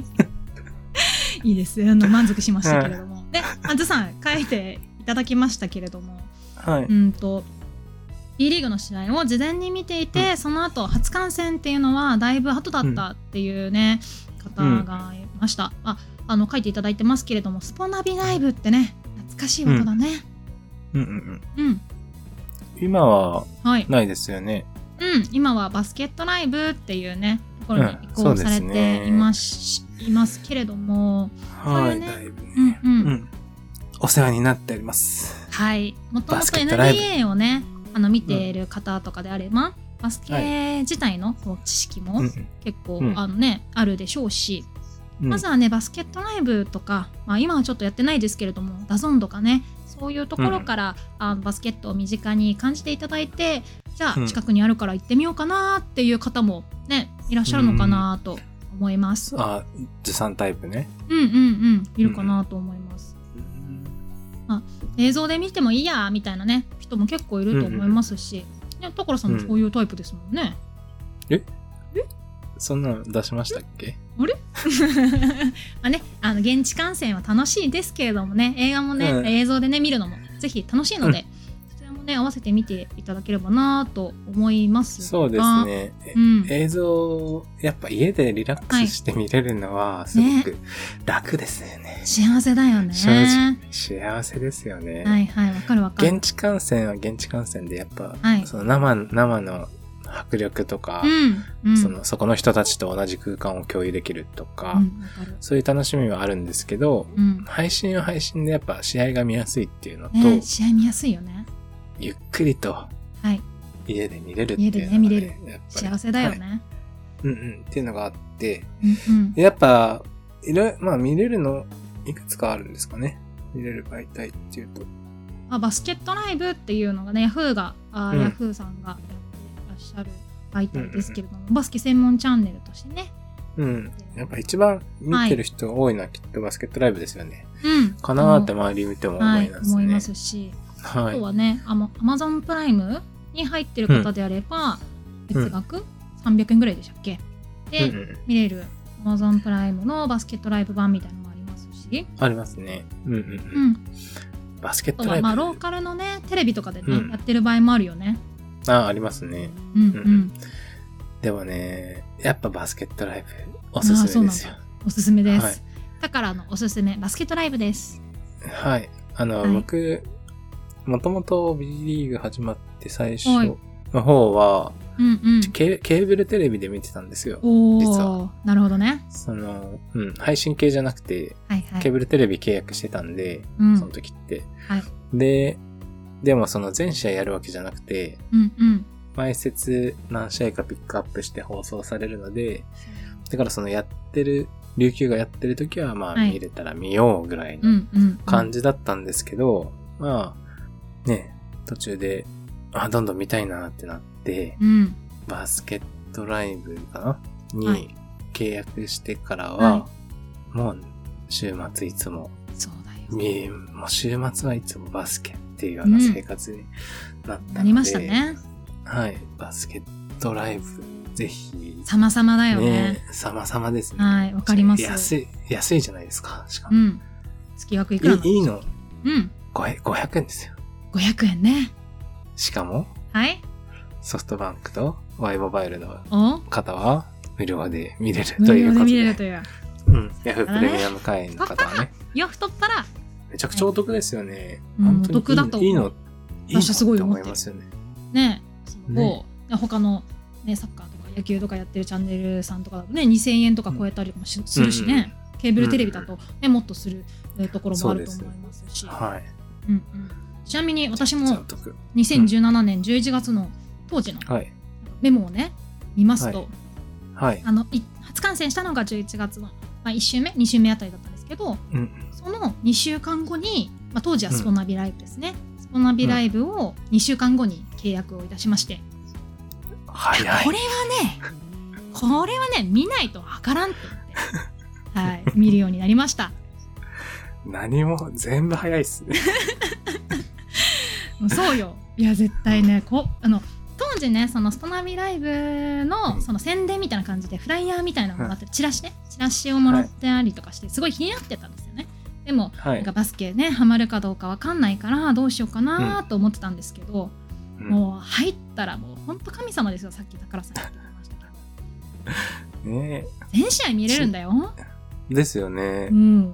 いいです。あの、満足しましたけれども。はい、で、あずさん、書いていただきましたけれども。 はい。 うんと、B リーグの試合を事前に見ていて、うん、その後、初観戦っていうのは、だいぶ後だったっていうね、うん、方がいました。うん、あ、あの、書いていただいてますけれども、スポナビライブってね、懐かしい音だね。 うん、うん、うんうん。うん。 今は、ないですよね。 はい、うん、今はバスケットライブっていうね、ところに移行されています、うん、いますけれども、 はい、ね、だいぶね、うんうんうん、お世話になっております。 はい。もともと エヌビーエー をね、あの見ている方とかであれば、うん、バスケ自体の知識も結構、うん、あのね、あるでしょうし、うん、まずはね、バスケットライブとか、まあ、今はちょっとやってないですけれども、ダゾンとかね、そういうところから、うん、あのバスケットを身近に感じていただいて、じゃあ近くにあるから行ってみようかなっていう方もね、いらっしゃるのかなと思います。 うん、あ、ずさんタイプね。 うんうんうん、いるかなと思います。うん、あ、映像で見てもいいやみたいなね、人も結構いると思いますし、うんうん、所さんもそういうタイプですもんね。 うん、ええそんなの出しましたっけ？ あれまあね、あの現地観戦は楽しいですけれどもね、映画もね、うん、映像でね見るのもぜひ楽しいので、うん、そちらもね合わせて見ていただければなと思いますが。 そうですね、うん、映像やっぱ家でリラックスして見れるのはすごく楽ですよね。ね、 幸せだよね。 正直幸せですよね。 はいはい、わかるわかる。 現地観戦は現地観戦でやっぱ、はい、その生生の迫力とか、うんうん、そのそこの人たちと同じ空間を共有できるとか、うん、かそういう楽しみはあるんですけど、うん、配信は配信でやっぱ試合が見やすいっていうのと、 ね、試合見やすいよね。 ゆっくりと家で見れるっていうのが、ね、 家でね見れる幸せだよね、はい、 うんうんっていうのがあって、 うんうん、 やっぱいろいろまあ見れるのいくつかあるんですかね。見れる媒体っていうと、 あ、バスケットライブっていうのがね、ヤフーがあ、うん、ヤフーさんがらっしゃる媒体ですけれども、うんうん、バスケ専門チャンネルとしてね、 うん、やっぱ一番見てる人が多いのはきっとバスケットライブですよね、 うん、 かなーって周り見ても思いますね、はい、 思いますし、はい、あとはね、あの Amazon プライムに入ってる方であれば、うん、月額さんびゃくえんぐらいでしたっけ、で、うんうん、見れる Amazon プライムのバスケットライブ版みたいなのもありますし、 ありますね、うんうんうん、うん、バスケットライブ、 まあローカルのねテレビとかでね、うん、やってる場合もあるよね。 あ、ありますね。 うんうん。うん、 でもね、やっぱバスケットライブおすすめですよ。 おすすめです。はい、だからのおすすめバスケットライブです。 はい。あの、はい、僕もともと B リーグ始まって最初の方は、うんうん、ケ, ケーブルテレビで見てたんですよ。 お実は。 なるほどね。 その、うん、配信系じゃなくて、 はいはい、 ケーブルテレビ契約してたんで、うん、その時って。 はい、 で、でもその全試合やるわけじゃなくて、 うんうん、 毎節何試合かピックアップして放送されるので、だからそのやってる、琉球がやってる時はまあ見れたら見ようぐらいの感じだったんですけど、まあね、途中で、あ、どんどん見たいなってなって、 うん、 バスケットライブかなに契約してからは、はい、もう週末いつも、 そうだよ。 もう週末はいつもバスケっていうような生活になったので、うん、なりましたね。 はい。バスケットライブ、ぜひ。 様々だよね。 ね、様々ですね。 はい、わかります。 安い、安いじゃないですか、しかも。 うん。月額いくらなんですか？ いいの。 うん。 ごひゃくえんですよ。 ごひゃくえんね。 しかも、 はい。 ソフトバンクと Y モバイルの方は無料で見れるということで。 無料で見れるという。 うん。ヤフープレミアム会員の方はね。 よ、太っ腹。 めちゃくちゃお得ですよね。 うん、本当にお得だと思う。いいの、 いいのすごい思いますよね。 ねえ、そのね、他の、ね、サッカーとか野球とかやってるチャンネルさんとかだとね、にせんえんとか超えたりもし、うん、するしね、うん、ケーブルテレビだと、ね、もっとするところもあると思いますし。 はい。 うんうん。 ちなみに私もにせんじゅうななねんじゅういちがつの当時のメモをね、見ますと、 はいはい、 あの初観戦したのがじゅういちがつの、まあ、いち週目に週目あたりだったんですけど、うん、そのにしゅうかんごに、まあ、当時はスポナビライブですね、うん、スポナビライブをにしゅうかんごに契約をいたしまして、 うん、早い。 これはねこれはね見ないとわからんって思って、はい、見るようになりました。 何も全部早いっすね。 そうよ。いや絶対ね、こあの当時ね、そのスポナビライブのその宣伝みたいな感じでフライヤーみたいなのがあって、チラシね、チラシをもらってありとかして、すごい気になってたんですよね。でも、はい、なんかバスケねハマるかどうかわかんないからどうしようかなと思ってたんですけど、うん、もう入ったらもう本当神様ですよ。さっき宝さん言ってましたけど。ねえ。全試合見れるんだよ。 ですよね、うん、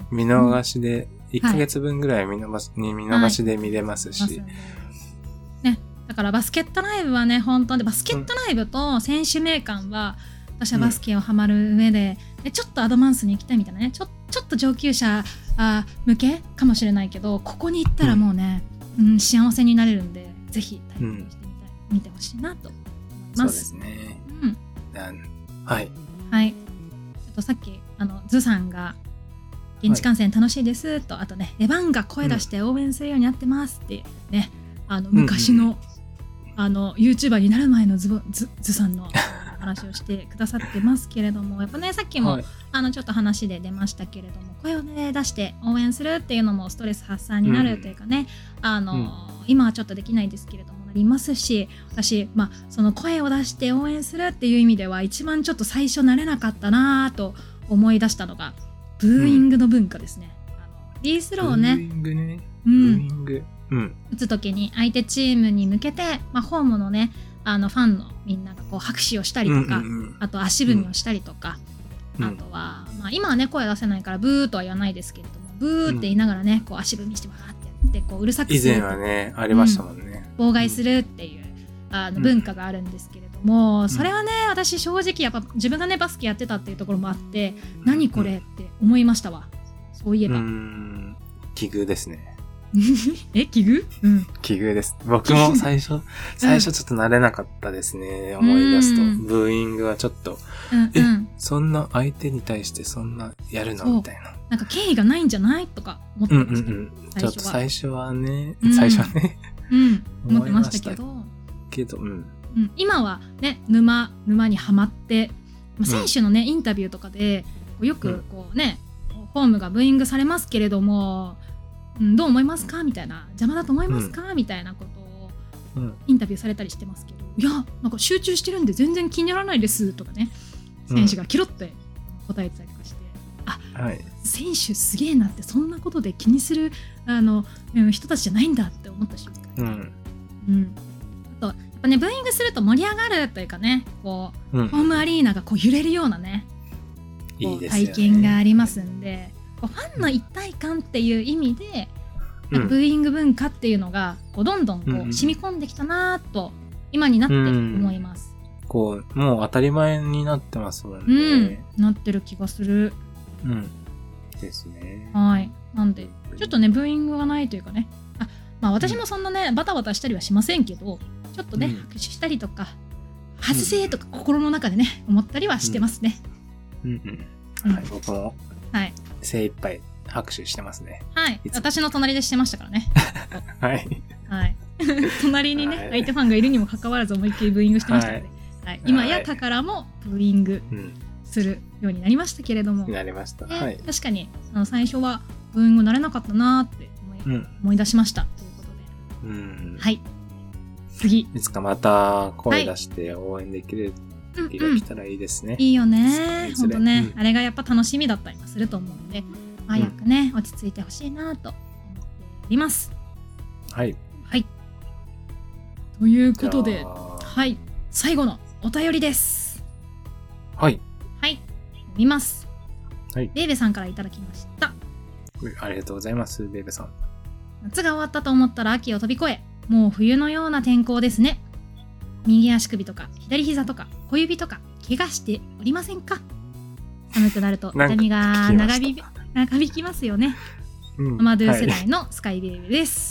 見逃しでいっかげつぶんぐらい見逃し、はい、見逃しで見れますし、はいね、だからバスケットライブはね本当にバスケットライブと選手名鑑は、うん、私はバスケをハマる上で、でちょっとアドバンスに行きたいみたいなね、ちょ、ちょっと上級者あ向けかもしれないけど、ここに行ったらもうね、うんうん、幸せになれるんでぜひ体験してみたい、うん、見てほしいなと思います。 そうですね、 うん、 はいはい。ちょっとさっきあのズさんが現地観戦楽しいですと、はい、あとねレバンが声出して応援するようになってますってね、うん、あの昔の、うんうん、あの YouTuber になる前のズ, ズ, ズさんの話をしてくださってますけれども、やっぱねさっきも、はい、あのちょっと話で出ましたけれども、声をね出して応援するっていうのもストレス発散になるというかね、うん、あの、うん、今はちょっとできないですけれどもなりますし、私、まあ、その声を出して応援するっていう意味では一番ちょっと最初慣れなかったなと思い出したのがブーイングの文化ですね、うん、あのフリースローをね、 ブーイングね、 うん、 ブーイング、うん、 打つ時に相手チームに向けて、まあ、ホームのねあのファンのみんながこう拍手をしたりとか、うんうんうん、あと足踏みをしたりとか、うん、あとは、まあ、今はね声出せないからブーとは言わないですけれども、ブーって言いながらねこう足踏みしてわーってやってこううるさくする、 以前はねありましたもんね、 うん、妨害するっていうあの文化があるんですけれども、うん、それはね私正直やっぱ自分がねバスケやってたっていうところもあって、うん、何これって思いましたわ。そういえばうーん奇遇ですね。 え奇遇、うん、 奇遇です。僕も最初最初ちょっと慣れなかったですね、うん、思い出すとブーイングはちょっと、うんうん、えそんな相手に対してそんなやるのみたいな、 なんか敬意がないんじゃないとか思ってました、うんうんうん、ちょっと最初はね、うん、最初はね、 うん、思ってましたけどけど、うんうん、今はね沼沼にはまって、選手のね、うん、インタビューとかでよくこうね、うん、ホームがブーイングされますけれども、うん、どう思いますかみたいな、邪魔だと思いますか、うん、みたいなことをインタビューされたりしてますけど、いやなんか集中してるんで全然気にならないですとかね、選手がキロって答えてたりとかして、うん、あ、はい、選手すげえなって、そんなことで気にするあの人たちじゃないんだって思った瞬間、うんうん、あとやっぱねブーイングすると盛り上がるというかね、こう、うん、ホームアリーナがこう揺れるようなね、 いいですよね、 体験がありますんで、ファンの一体感っていう意味で、うん、ブーイング文化っていうのがこうどんどんこう染み込んできたなと今になって思います、 うん、こうもう当たり前になってますもんね、 うん、なってる気がする、 うん、ですね。 はい、なんでちょっとねブーイングがないというかね、あ、まあ私もそんなね、うん、バタバタしたりはしませんけど、ちょっとね、うん、拍手したりとか外せとか心の中でね思ったりはしてますね。 うんうんうん、はい、僕もはい精一杯拍手してますね。 はい、私の隣でしてましたからね。 はい。 はい。隣にね、はい、相手ファンがいるにもかかわらず思いっきりブーイングしてましたので、はいはい、今や宝もブーイングするようになりましたけれども、 なりました。 はい。確かにあの最初はブーイングなれなかったなって思い、うん、思い出しましたということで、うん、はい。次。 いつかまた声出して応援できる日が来たらいいですね。 うんうん、いいよね。本当ね、うん、あれがやっぱ楽しみだったりもすると思うんで。早くね、うん、落ち着いてほしいなと思っております。 はい。 はい。ということで、はい、最後のお便りです。 はい。 はい。読みます。 はい。 ベーベさんからいただきました。 ありがとうございます、ベーベさん。 夏が終わったと思ったら秋を飛び越え、もう冬のような天候ですね。右足首とか左膝とか小指とか怪我しておりませんか？寒くなると痛みが長引長引きますよね。うん、アマドゥ世代のスカイベイベです。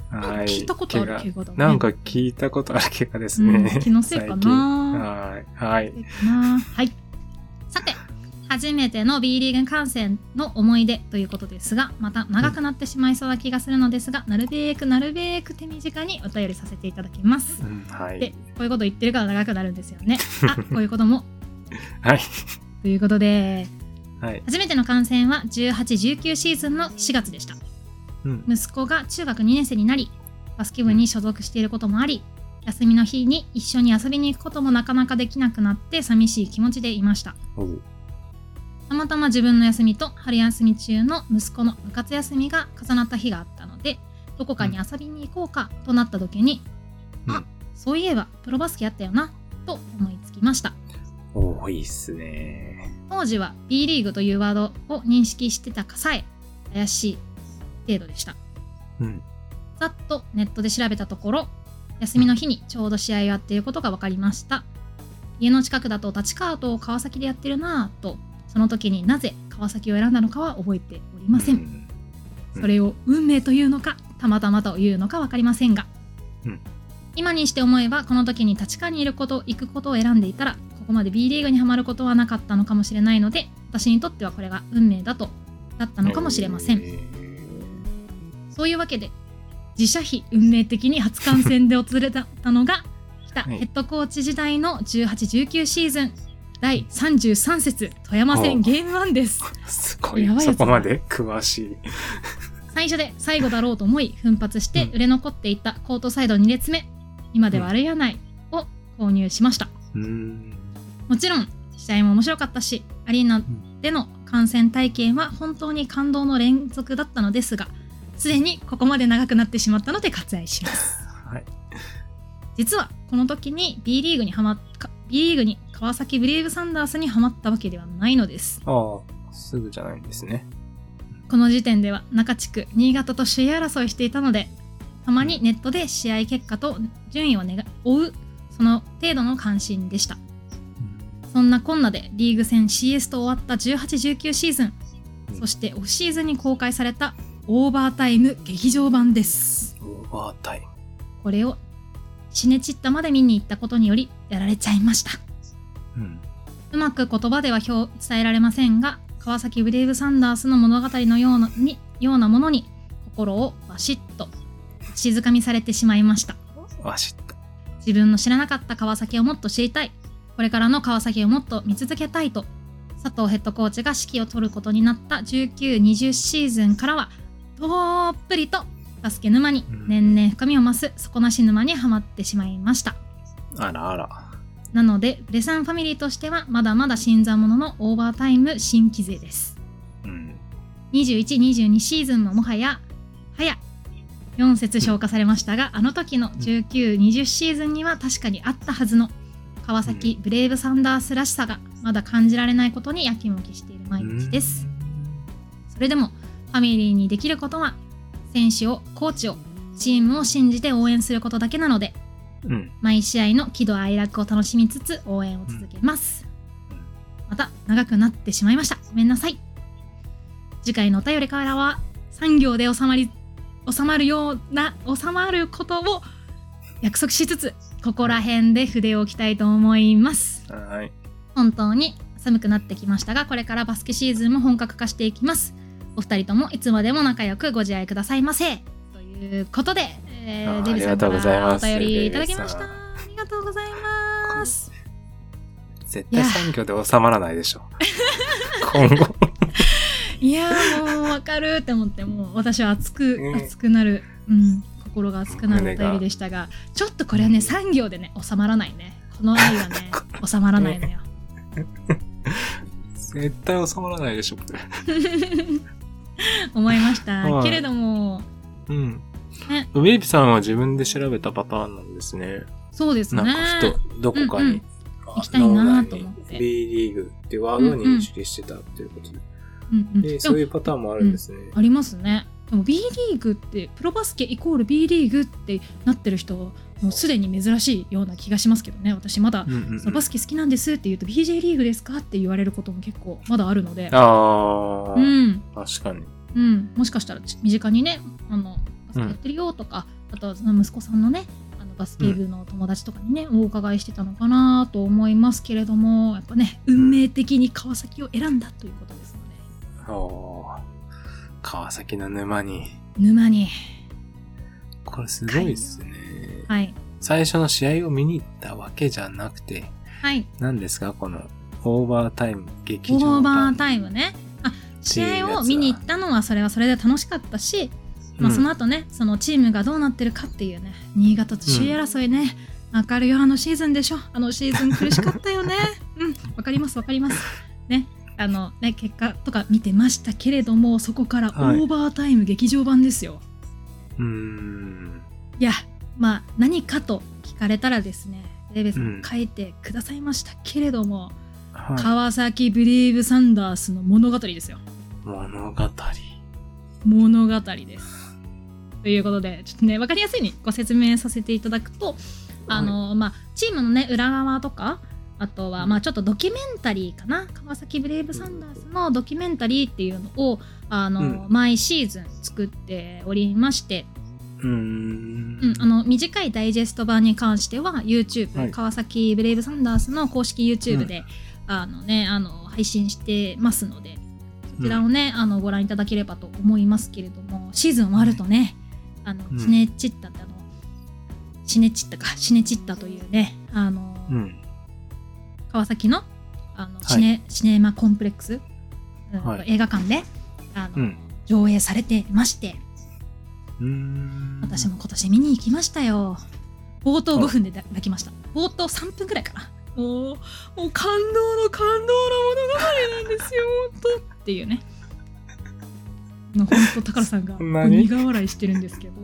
はい。 聞いたことある怪我だね。 なんか聞いたことある怪我ですね。 うん、気のせいかな。 はい。はい。 はい。さて、初めての B リーグ観戦の思い出ということですが、また長くなってしまいそうな気がするのですが、うん、なるべくなるべく手短にお便りさせていただきます。うん、はい。で、こういうこと言ってるから長くなるんですよね。あ、こういうことも。 はい。 ということで、 はい、 初めての観戦はじゅうはち、じゅうきゅうシーズンのしがつでした。うん、息子が中学にねん生になり、バスケ部に所属していることもあり、休みの日に一緒に遊びに行くこともなかなかできなくなって寂しい気持ちでいました。たまたま自分の休みと春休み中の息子の部活休みが重なった日があったので、どこかに遊びに行こうかとなった時に、うん、あ、そういえばプロバスケやったよなと思いつきました。 おー、いいっすね。 当時は B リーグというワードを認識してたかさえ怪しい程度でした。うん、ざっとネットで調べたところ、休みの日にちょうど試合をやっていることが分かりました。家の近くだと立川と川崎でやってるなぁと、その時になぜ川崎を選んだのかは覚えておりません。うんうん、それを運命というのかたまたまというのか分かりませんが、うん、今にして思えばこの時に立川にいること行くことを選んでいたら、ここまで B リーグにはまることはなかったのかもしれないので、私にとってはこれが運命だとだったのかもしれません。えー、そういうわけで自社費運命的に初観戦で訪れたのが北ヘッドコーチ時代のじゅうはち、じゅうきゅうシーズンだいさんじゅうさん節富山戦ゲームワンです。 すごい、そこまで詳しい。 最初で最後だろうと思い奮発して売れ残っていたコートサイドに列目、今ではあれやないを購入しました。うん、もちろん試合も面白かったし、アリーナでの観戦体験は本当に感動の連続だったのですが、すでにここまで長くなってしまったので割愛します。はい、実はこの時に B リーグにハマっ B リーグに川崎ブレイブサンダースにハマったわけではないのです。 ああ、すぐじゃないんですね。 この時点では中地区新潟と首位争いしていたので、たまにネットで試合結果と順位を追う、その程度の関心でした。そんなこんなでリーグ戦 シーエス と終わったじゅうはち、じゅうきゅうシーズン、そしてオフシーズンに公開されたオーバータイム劇場版です。 オーバータイム。 これをシネチッタまで見に行ったことによりやられちゃいました。うん、うまく言葉では表伝えられませんが、川崎ブレイブサンダースの物語のようなにようなものに心をバシッと静かみされてしまいました。 バシッと。 自分の知らなかった川崎をもっと知りたい、これからの川崎をもっと見続けたいと、佐藤ヘッドコーチが指揮を執ることになったじゅうきゅう、にじゅうシーズンからはどっぷりとバスケ沼に年々深みを増す底なし沼にはまってしまいました。 あらあら。 なのでブレサンファミリーとしてはまだまだ新参者のオーバータイム新規勢です。うん、にじゅういち、にじゅうにシーズンももはやはやよん節消化されましたが、あの時のじゅうきゅう、にじゅうシーズンには確かにあったはずの川崎ブレイブサンダースらしさがまだ感じられないことにやきもきしている毎日です。それでもファミリーにできることは選手を、コーチを、チームを信じて応援することだけなので、うん、毎試合の喜怒哀楽を楽しみつつ応援を続けます。うん、また長くなってしまいました。ごめんなさい。次回のお便りからはさん行で収まり収まるような収まることを約束しつつ、ここら辺で筆を置きたいと思います。はい。本当に寒くなってきましたが、これからバスケシーズンも本格化していきます。お二人ともいつまでも仲良くご自愛くださいませ。ということで、えー、デビさんからお便りいただきました。ありがとうございます。 絶対産業で収まらないでしょ。今後。 いやーもう分かるって思って、もう私は熱く、うん、熱くなる、うん、心が熱くなるお便りでしたが、ちょっとこれはね、さん行でね収まらないね。この愛はね収まらないのよ。 絶対収まらないでしょこれ。 思いました、はい、けれども、 うん、ね、ウェイビさんは自分で調べたパターンなんですね。 そうですね。 なんか人どこかに、うんうん、 行きたいなと思って B リーグってワードを認識してたっていうことで、うんうん、でそういうパターンもあるんですね、 うん、ありますね。でも B リーグってプロバスケイコール B リーグってなってる人はもうすでに珍しいような気がしますけどね。私まだ、うんうんうん、バスケ好きなんですって言うと ビージェー リーグですかって言われることも結構まだあるので、 ああ、うん、確かに、 うん、もしかしたら身近にね、あのバスケやってるよとか、 あとその息子さんのねあのバスケ部の友達とかにね、うん、お伺いしてたのかなと思いますけれども、やっぱね運命的に川崎を選んだということですので、 おー、川崎の沼に沼にこれすごいっすね。 はい。 最初の試合を見に行ったわけじゃなくて、 はい。 何ですかこのオーバータイム劇場版。 オーバータイムね。あ、試合を見に行ったのはそれはそれで楽しかったし、まあ、その後ね、そのチームがどうなってるかっていうね、新潟と首位争いね、わ、うん、かるよ、あのシーズンでしょ。あのシーズン苦しかったよね。うん、わかりますわかります。ね、あのね、結果とか見てましたけれども、そこからオーバータイム劇場版ですよ。はい、 うーん。 いや、まあ何かと聞かれたらですね、レベさん書いてくださいましたけれども、うん、はい、川崎ブレイブサンダースの物語ですよ。 物語。 物語です。ということで、ちょっとね、わかりやすいにご説明させていただくと、あの、はい、まあ、チームのね、裏側とか、あとは、まあ、ちょっとドキュメンタリーかな、川崎ブレイブサンダースのドキュメンタリーっていうのを、あの、うん、毎シーズン作っておりまして、 うーん、 うん、あの短いダイジェスト版に関しては YouTube、はい、川崎ブレイブサンダースの公式 YouTube で、うん、あのね、あの配信してますので、そちらをね、うん、あのご覧いただければと思いますけれども、シーズン終わるとね、あの、うん、シネチッタってあのシネチッタかシネチッタというね、あの、うん、川崎のあの、はい、シネシネマコンプレックス、はい、映画館であの、うん、上映されてまして、 うーん、 私も今年見に行きましたよ。冒頭ごふんで泣きました。冒頭さんぷんくらいかな。もう、もう感動の感動の物語なんですよ、本当っていうね。本当宝さんが苦笑いしてるんですけど。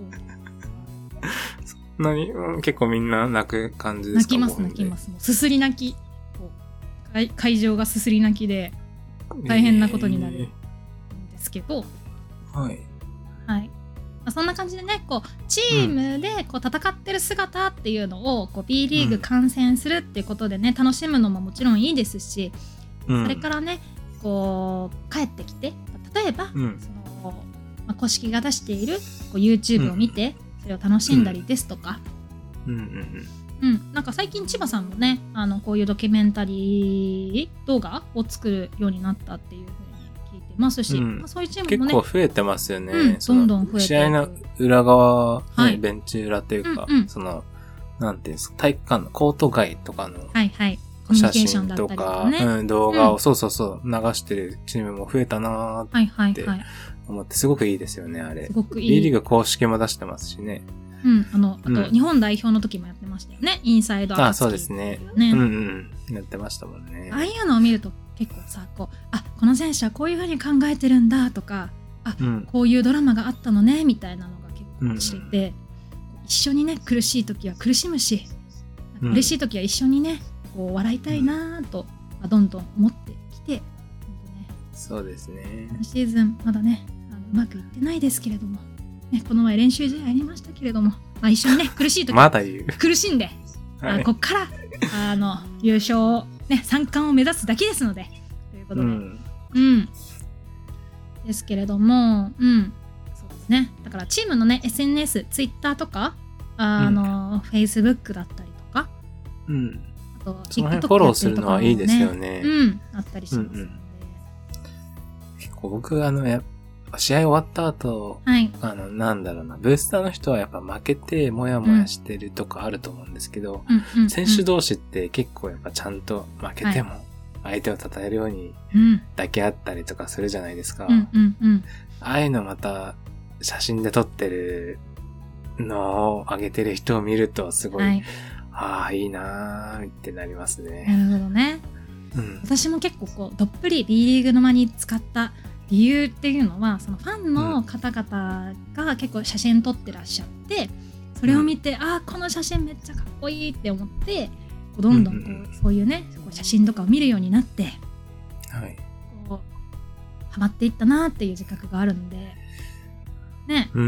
何、うん、結構みんな泣く感じですか？ 泣きます泣きます。もうすすり泣き。こう会、会場がすすり泣きで大変なことになるんですけど。 えー、はい。 はい。そんな感じでね、こうチームでこう戦ってる姿っていうのをこう B リーグ観戦するっていうことでね、楽しむのももちろんいいですし、うん、それからね、こう帰ってきて、例えば、うん、そのまあ、公式が出しているこう YouTube を見て、うん、それを楽しんだりですとか、 うんうんうんうん、なんか最近千葉さんもね、あのこういうドキュメンタリー動画を作るようになったっていうますし、うん、まあ、そういうチームもね結構増えてますよね、 うん、どんどん増えて試合の裏側、ね、 はい、 ベンチ裏というか、 うんうん、 そのなんていうんですか、体育館のコート外とかのはいはい、 写真とか、ね、うん、動画を、うん、そうそうそう流してるチームも増えたなーって思って、すごくいいですよね、あれ。 すごくいい。 B リーグ公式も出してますしね。 うん、あのあと、うん、日本代表の時もやってましたよね、インサイドアタック、 あ、そうですね、ね、うんうんやってましたもんね。 ああいうのを見ると結構さ、こう、あ、この選手はこういう風に考えてるんだとか、あ、うん、こういうドラマがあったのねみたいなのが結構知れて、うん、一緒にね苦しい時は苦しむし、うん、嬉しい時は一緒にねこう笑いたいなと、うん、どんどん思ってきて、ね、 そうですね。 今シーズンまだねあのうまくいってないですけれども、ね、この前練習試合ありましたけれども、まあ、一緒にね苦しい時まだ言う苦しんで、はい、あこっからあの優勝ね、三冠を目指すだけですのでということで、うん、うん、ですけれども、うん、そうですね。だからチームのね エスエヌエス、ツイッターとか、あの、フェイスブックだったりとか、 うん、 あとその辺フォローするのはいいですよね。 うん、あったりしますので、うんうん、 結構僕あのや試合終わった後、 はい、 あのなんだろうな、ブースターの人はやっぱ負けてモヤモヤしてるとかあると思うんですけど、 うんうんうん、 選手同士って結構やっぱちゃんと負けても相手を称えるように抱き合ったりとかするじゃないですか、 うんうんうん、 ああいうのまた写真で撮ってるのを上げてる人を見るとすごい、はい、ああいいなーってなりますね。 なるほどね、うん、私も結構こうどっぷり B リーグの間に使った理由っていうのは、そのファンの方々が結構写真撮ってらっしゃって、それを見て、うん、ああこの写真めっちゃかっこいいって思って、こうどんどんこう、うんうん、そういうねこう写真とかを見るようになって、 はい、 こうハマっていったなっていう自覚があるんでね、 うん、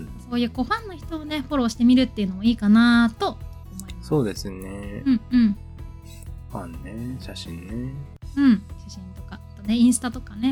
そういうこうファンの人をねフォローしてみるっていうのもいいかなと思います。 そうですね、 うんうん、 ファンね、写真ね、 うん、写真とかあとねインスタとかね、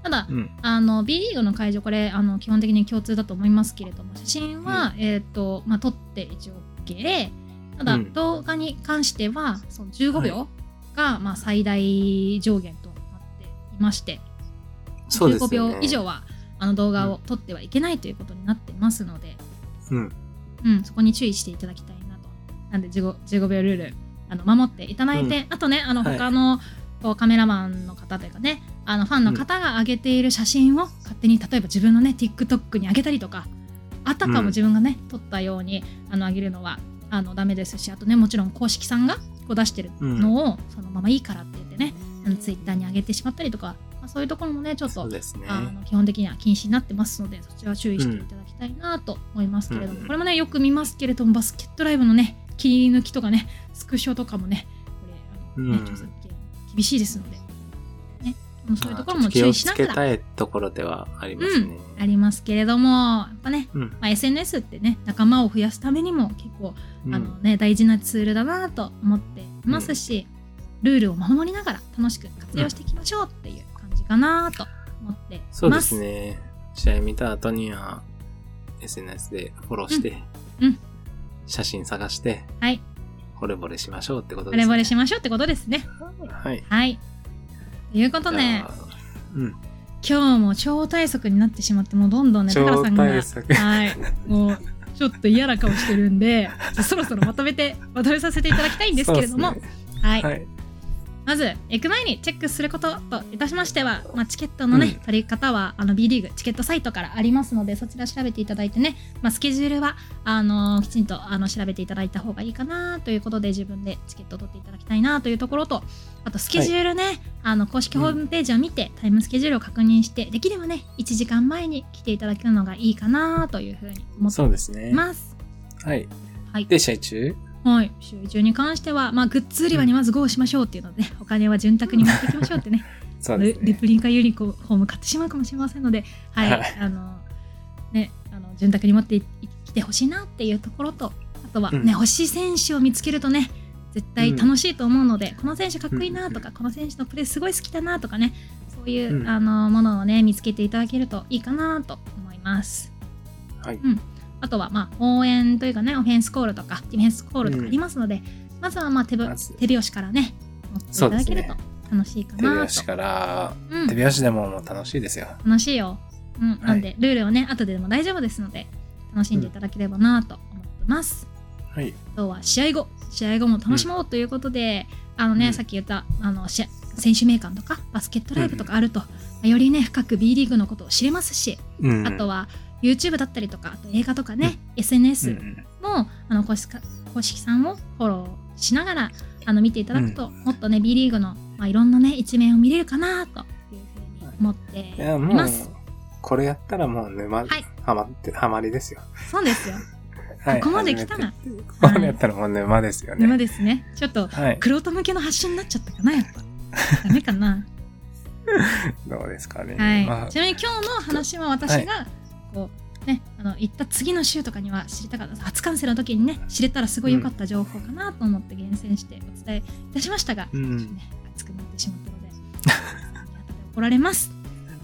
ただ、 うん、 あの B リーグの会場これあの基本的に共通だと思いますけれども、写真は、うん、えっ、ー、とまあ撮って一応 OK で、ただ、うん、動画に関してはそのじゅうごびょうが、はい、まあ最大上限となっていまして、 そうですね、 じゅうごびょう以上はあの動画を撮ってはいけないということになってますので、 うん、 うん、そこに注意していただきたいなと。なんでじゅうご、じゅうごびょうルールあの守っていただいて、うん、あとねあの他の、はいこうカメラマンの方というかねあのファンの方が上げている写真を勝手に例えば自分のね TikTok に上げたりとか、あたかも自分がね、うん、撮ったようにあの上げるのはあのダメですし、あとねもちろん公式さんがこう出してるのをそのままいいからって言ってね、あのツイッターに上げてしまったりとか、まあ、そういうところもねちょっと、 ね、 あの基本的には禁止になってますので、そちらは注意していただきたいなと思いますけれども、うん、これもねよく見ますけれども、バスケットライブのね切り抜きとかねスクショとかもねこれあの、ね、著作権厳しいですので、そういうところも注意しながら、 気をつけたいところではありますね、 うん、ありますけれども、やっぱね、うんまあ、エスエヌエス ってね仲間を増やすためにも結構、うん、あのね、大事なツールだなと思っていますし、うん、ルールを守りながら楽しく活用していきましょうっていう感じかなと思っています。 そうですね。試合見た後には エスエヌエス でフォローして、 うんうん、 写真探して、 はい、 惚れ惚れしましょうってことですね。 惚れ惚れしましょうってことですね。 はい。 はいということで、 うん、 今日も超大作になってしまって、もうどんどんね高田さんが、はい、もうちょっと嫌な顔してるんでそろそろまとめてまとめさせていただきたいんですけれども、ね、はい、はい、まず行く前にチェックすることといたしましては、まあ、チケットのね、うん、取り方はあの B リーグチケットサイトからありますので、そちら調べていただいてね、まあ、スケジュールはあのきちんとあの調べていただいた方がいいかなということで、自分でチケットを取っていただきたいなというところと、あとスケジュールね、はい、あの公式ホームページを見て、うん、タイムスケジュールを確認して、できればねいちじかんまえに来ていただけるのがいいかなというふうに思っています。そうですね。 はい、 はい、 で試合中はい、試合中に関しては、まあ、グッズ売り場にまずゴーしましょうっていうので、ね、うん、お金は潤沢に持っていきましょうってねそうですね、 レプリカユニコーム買ってしまうかもしれませんので、はい、はい、あのね、あの潤沢に持ってきてほしいなっていうところと、あとは、ね、うん、欲しい選手を見つけるとね絶対楽しいと思うので、うん、この選手かっこいいなとか、うん、この選手のプレーすごい好きだなとかね、そういう、うん、あのものをね見つけていただけるといいかなと思います。 はい、 うん、あとは、まあ、応援というかね、オフェンスコールとかディフェンスコールとかありますので、うん、まずは、まあ、手, ぶ手拍子からね持っていただけると楽しいかなと。 手拍子から、うん、手拍子でももう楽しいですよ。 楽しいよ、うん、なんで、はい、ルールをね後ででも大丈夫ですので楽しんでいただければなと思ってます、 うん、はい、 あとは試合後試合後も楽しもうということで、うん、あのね、うん、さっき言ったあの選手名鑑とかバスケットライブとかあると、うん、よりね深く B リーグのことを知れますし、うん、あとはYouTube だったりとか、あと映画とかね、うん、エスエヌエス も、うん、あの公式、公式さんをフォローしながらあの見ていただくと、うん、もっとね B リーグの、まあ、いろんなね一面を見れるかなというふうに思っています。いやもうこれやったらもう沼、はい、はまってはまりですよ。 そうですよ。はい、ここまで来たら、ここまでやったらもう沼ですよね。 沼ですね。ちょっと玄人向けの発信になっちゃったかな、やっぱ。ダメかな。 どうですかね。 はい。 まあ、 ちなみに今日の話は私が、はいこうね、あの行った次の週とかには知りたかった初観戦の時にね知れたらすごい良かった情報かなと思って厳選してお伝えいたしましたが、うん、ね、熱くなってしまったので怒られます。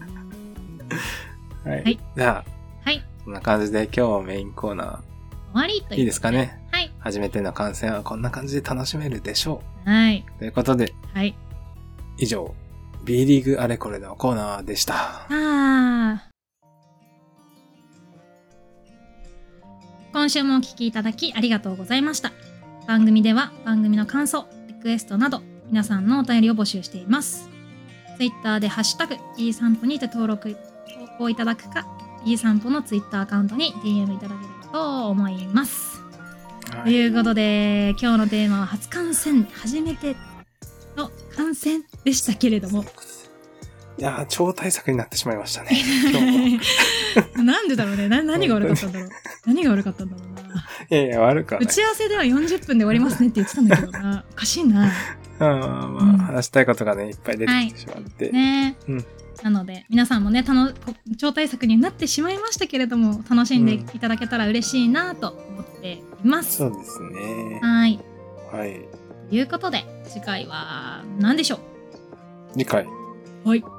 はい、はい、じゃあ、 はい、 こんな感じで今日メインコーナー終わりということでいいですかね。 はい、 初めての観戦はこんな感じで楽しめるでしょう。はい、 ということで、 はい、 以上 B リーグあれこれのコーナーでした。 あ今週もお聞きいただきありがとうございました。番組では番組の感想、リクエストなど皆さんのお便りを募集しています。Twitter でハッシュタグ E 散歩にて登録、投稿いただくか E 散歩の Twitter アカウントに ディーエム いただければと思います。はい、ということで今日のテーマは初観戦、初めての観戦でしたけれども、 いやー超大作になってしまいましたね。今日なんでだろうね。な何が悪かったんだろう。何が悪かったんだろうな。 いやいや悪くはない。 打ち合わせではよんじゅっぷんで終わりますねって言ってたんだけどな。おかしいな。 あまあまあ、うん、話したいことがねいっぱい出てきてしまって。はい、 ね、 うん。 なので皆さんもねたの超大作になってしまいましたけれども楽しんでいただけたら嬉しいなと思っています。 うん、そうですね。 はい。 はい。 ということで次回は何でしょう。 次回。 はい。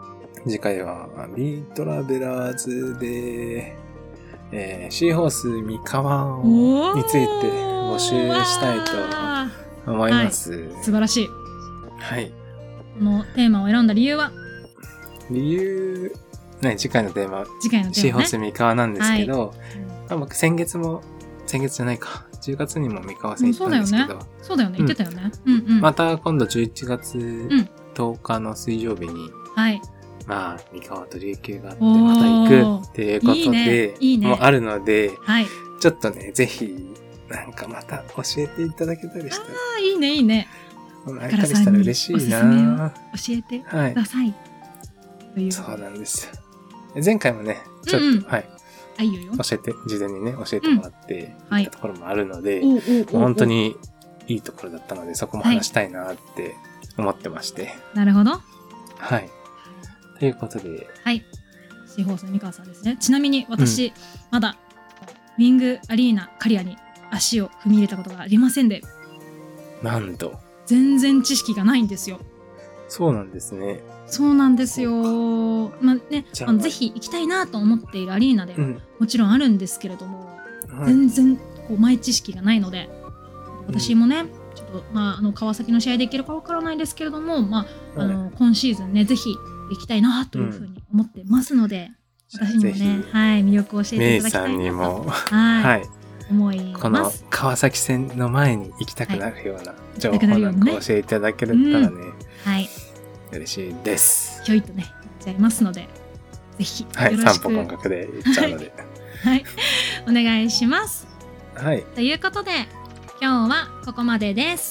次回はビートラベラーズで、えー、シーホース三河について募集したいと思います。 はい、素晴らしい。 はい。 このテーマを選んだ理由は？ 理由、ね、次回のテーマ、 次回のテーマね、 シーホース三河なんですけど、はい、まあ、僕先月も、先月じゃないか、じゅうがつにも三河線行ったんですけど、うん、 そうだよね、そうだよね、言ってたよね。うんうん、 また今度じゅういちがつとおかの水曜日に、 はい。 まあ、三河と琉球があって、また行くっていうことで、いいね、いいね、もあるので、 はい。 ちょっとね、ぜひ、なんかまた教えていただけたりしたら。ああ、いいね、いいね。 会えたりしたら嬉しいな。 教えてください。 はい。そうなんです。前回もね、ちょっと、うんうん、はい。 あ、いいよよ。 教えて、事前にね、教えてもらって、行ったところもあるので、はい、本当にいいところだったので、そこも話したいなって思ってまして。はい、 なるほど。 はい。ということで。 はい。シーホースの三河さんですね。ちなみに私、うん、まだ、ウィングアリーナカリアに足を踏み入れたことがありませんで。 なんと。 全然知識がないんですよ。 そうなんですね。 そうなんですよ。まあね、あのぜひ行きたいなと思っているアリーナではもちろんあるんですけれども、うん、全然こう前知識がないので、私もね、うん、ちょっとまああの川崎の試合で行けるかわからないですけれども、まああの、はい、今シーズンねぜひ行きたいなというふうに思ってますので、うん、私にもね、はい、魅力を教えていただきたいなと。 メイさんにも、 はい、はい思います。 この川崎戦の前に行きたくなるような情報なんか教えていただけたらね、はい、はい、嬉しいです。 ひょいとね、行っちゃいますので、ぜひよろしく。 はい、散歩感覚で行っちゃうので。 はい、お願いします。 はい。 ということで、今日はここまでです。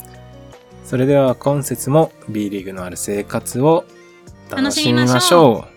それでは今節も B リーグのある生活を楽しみましょう。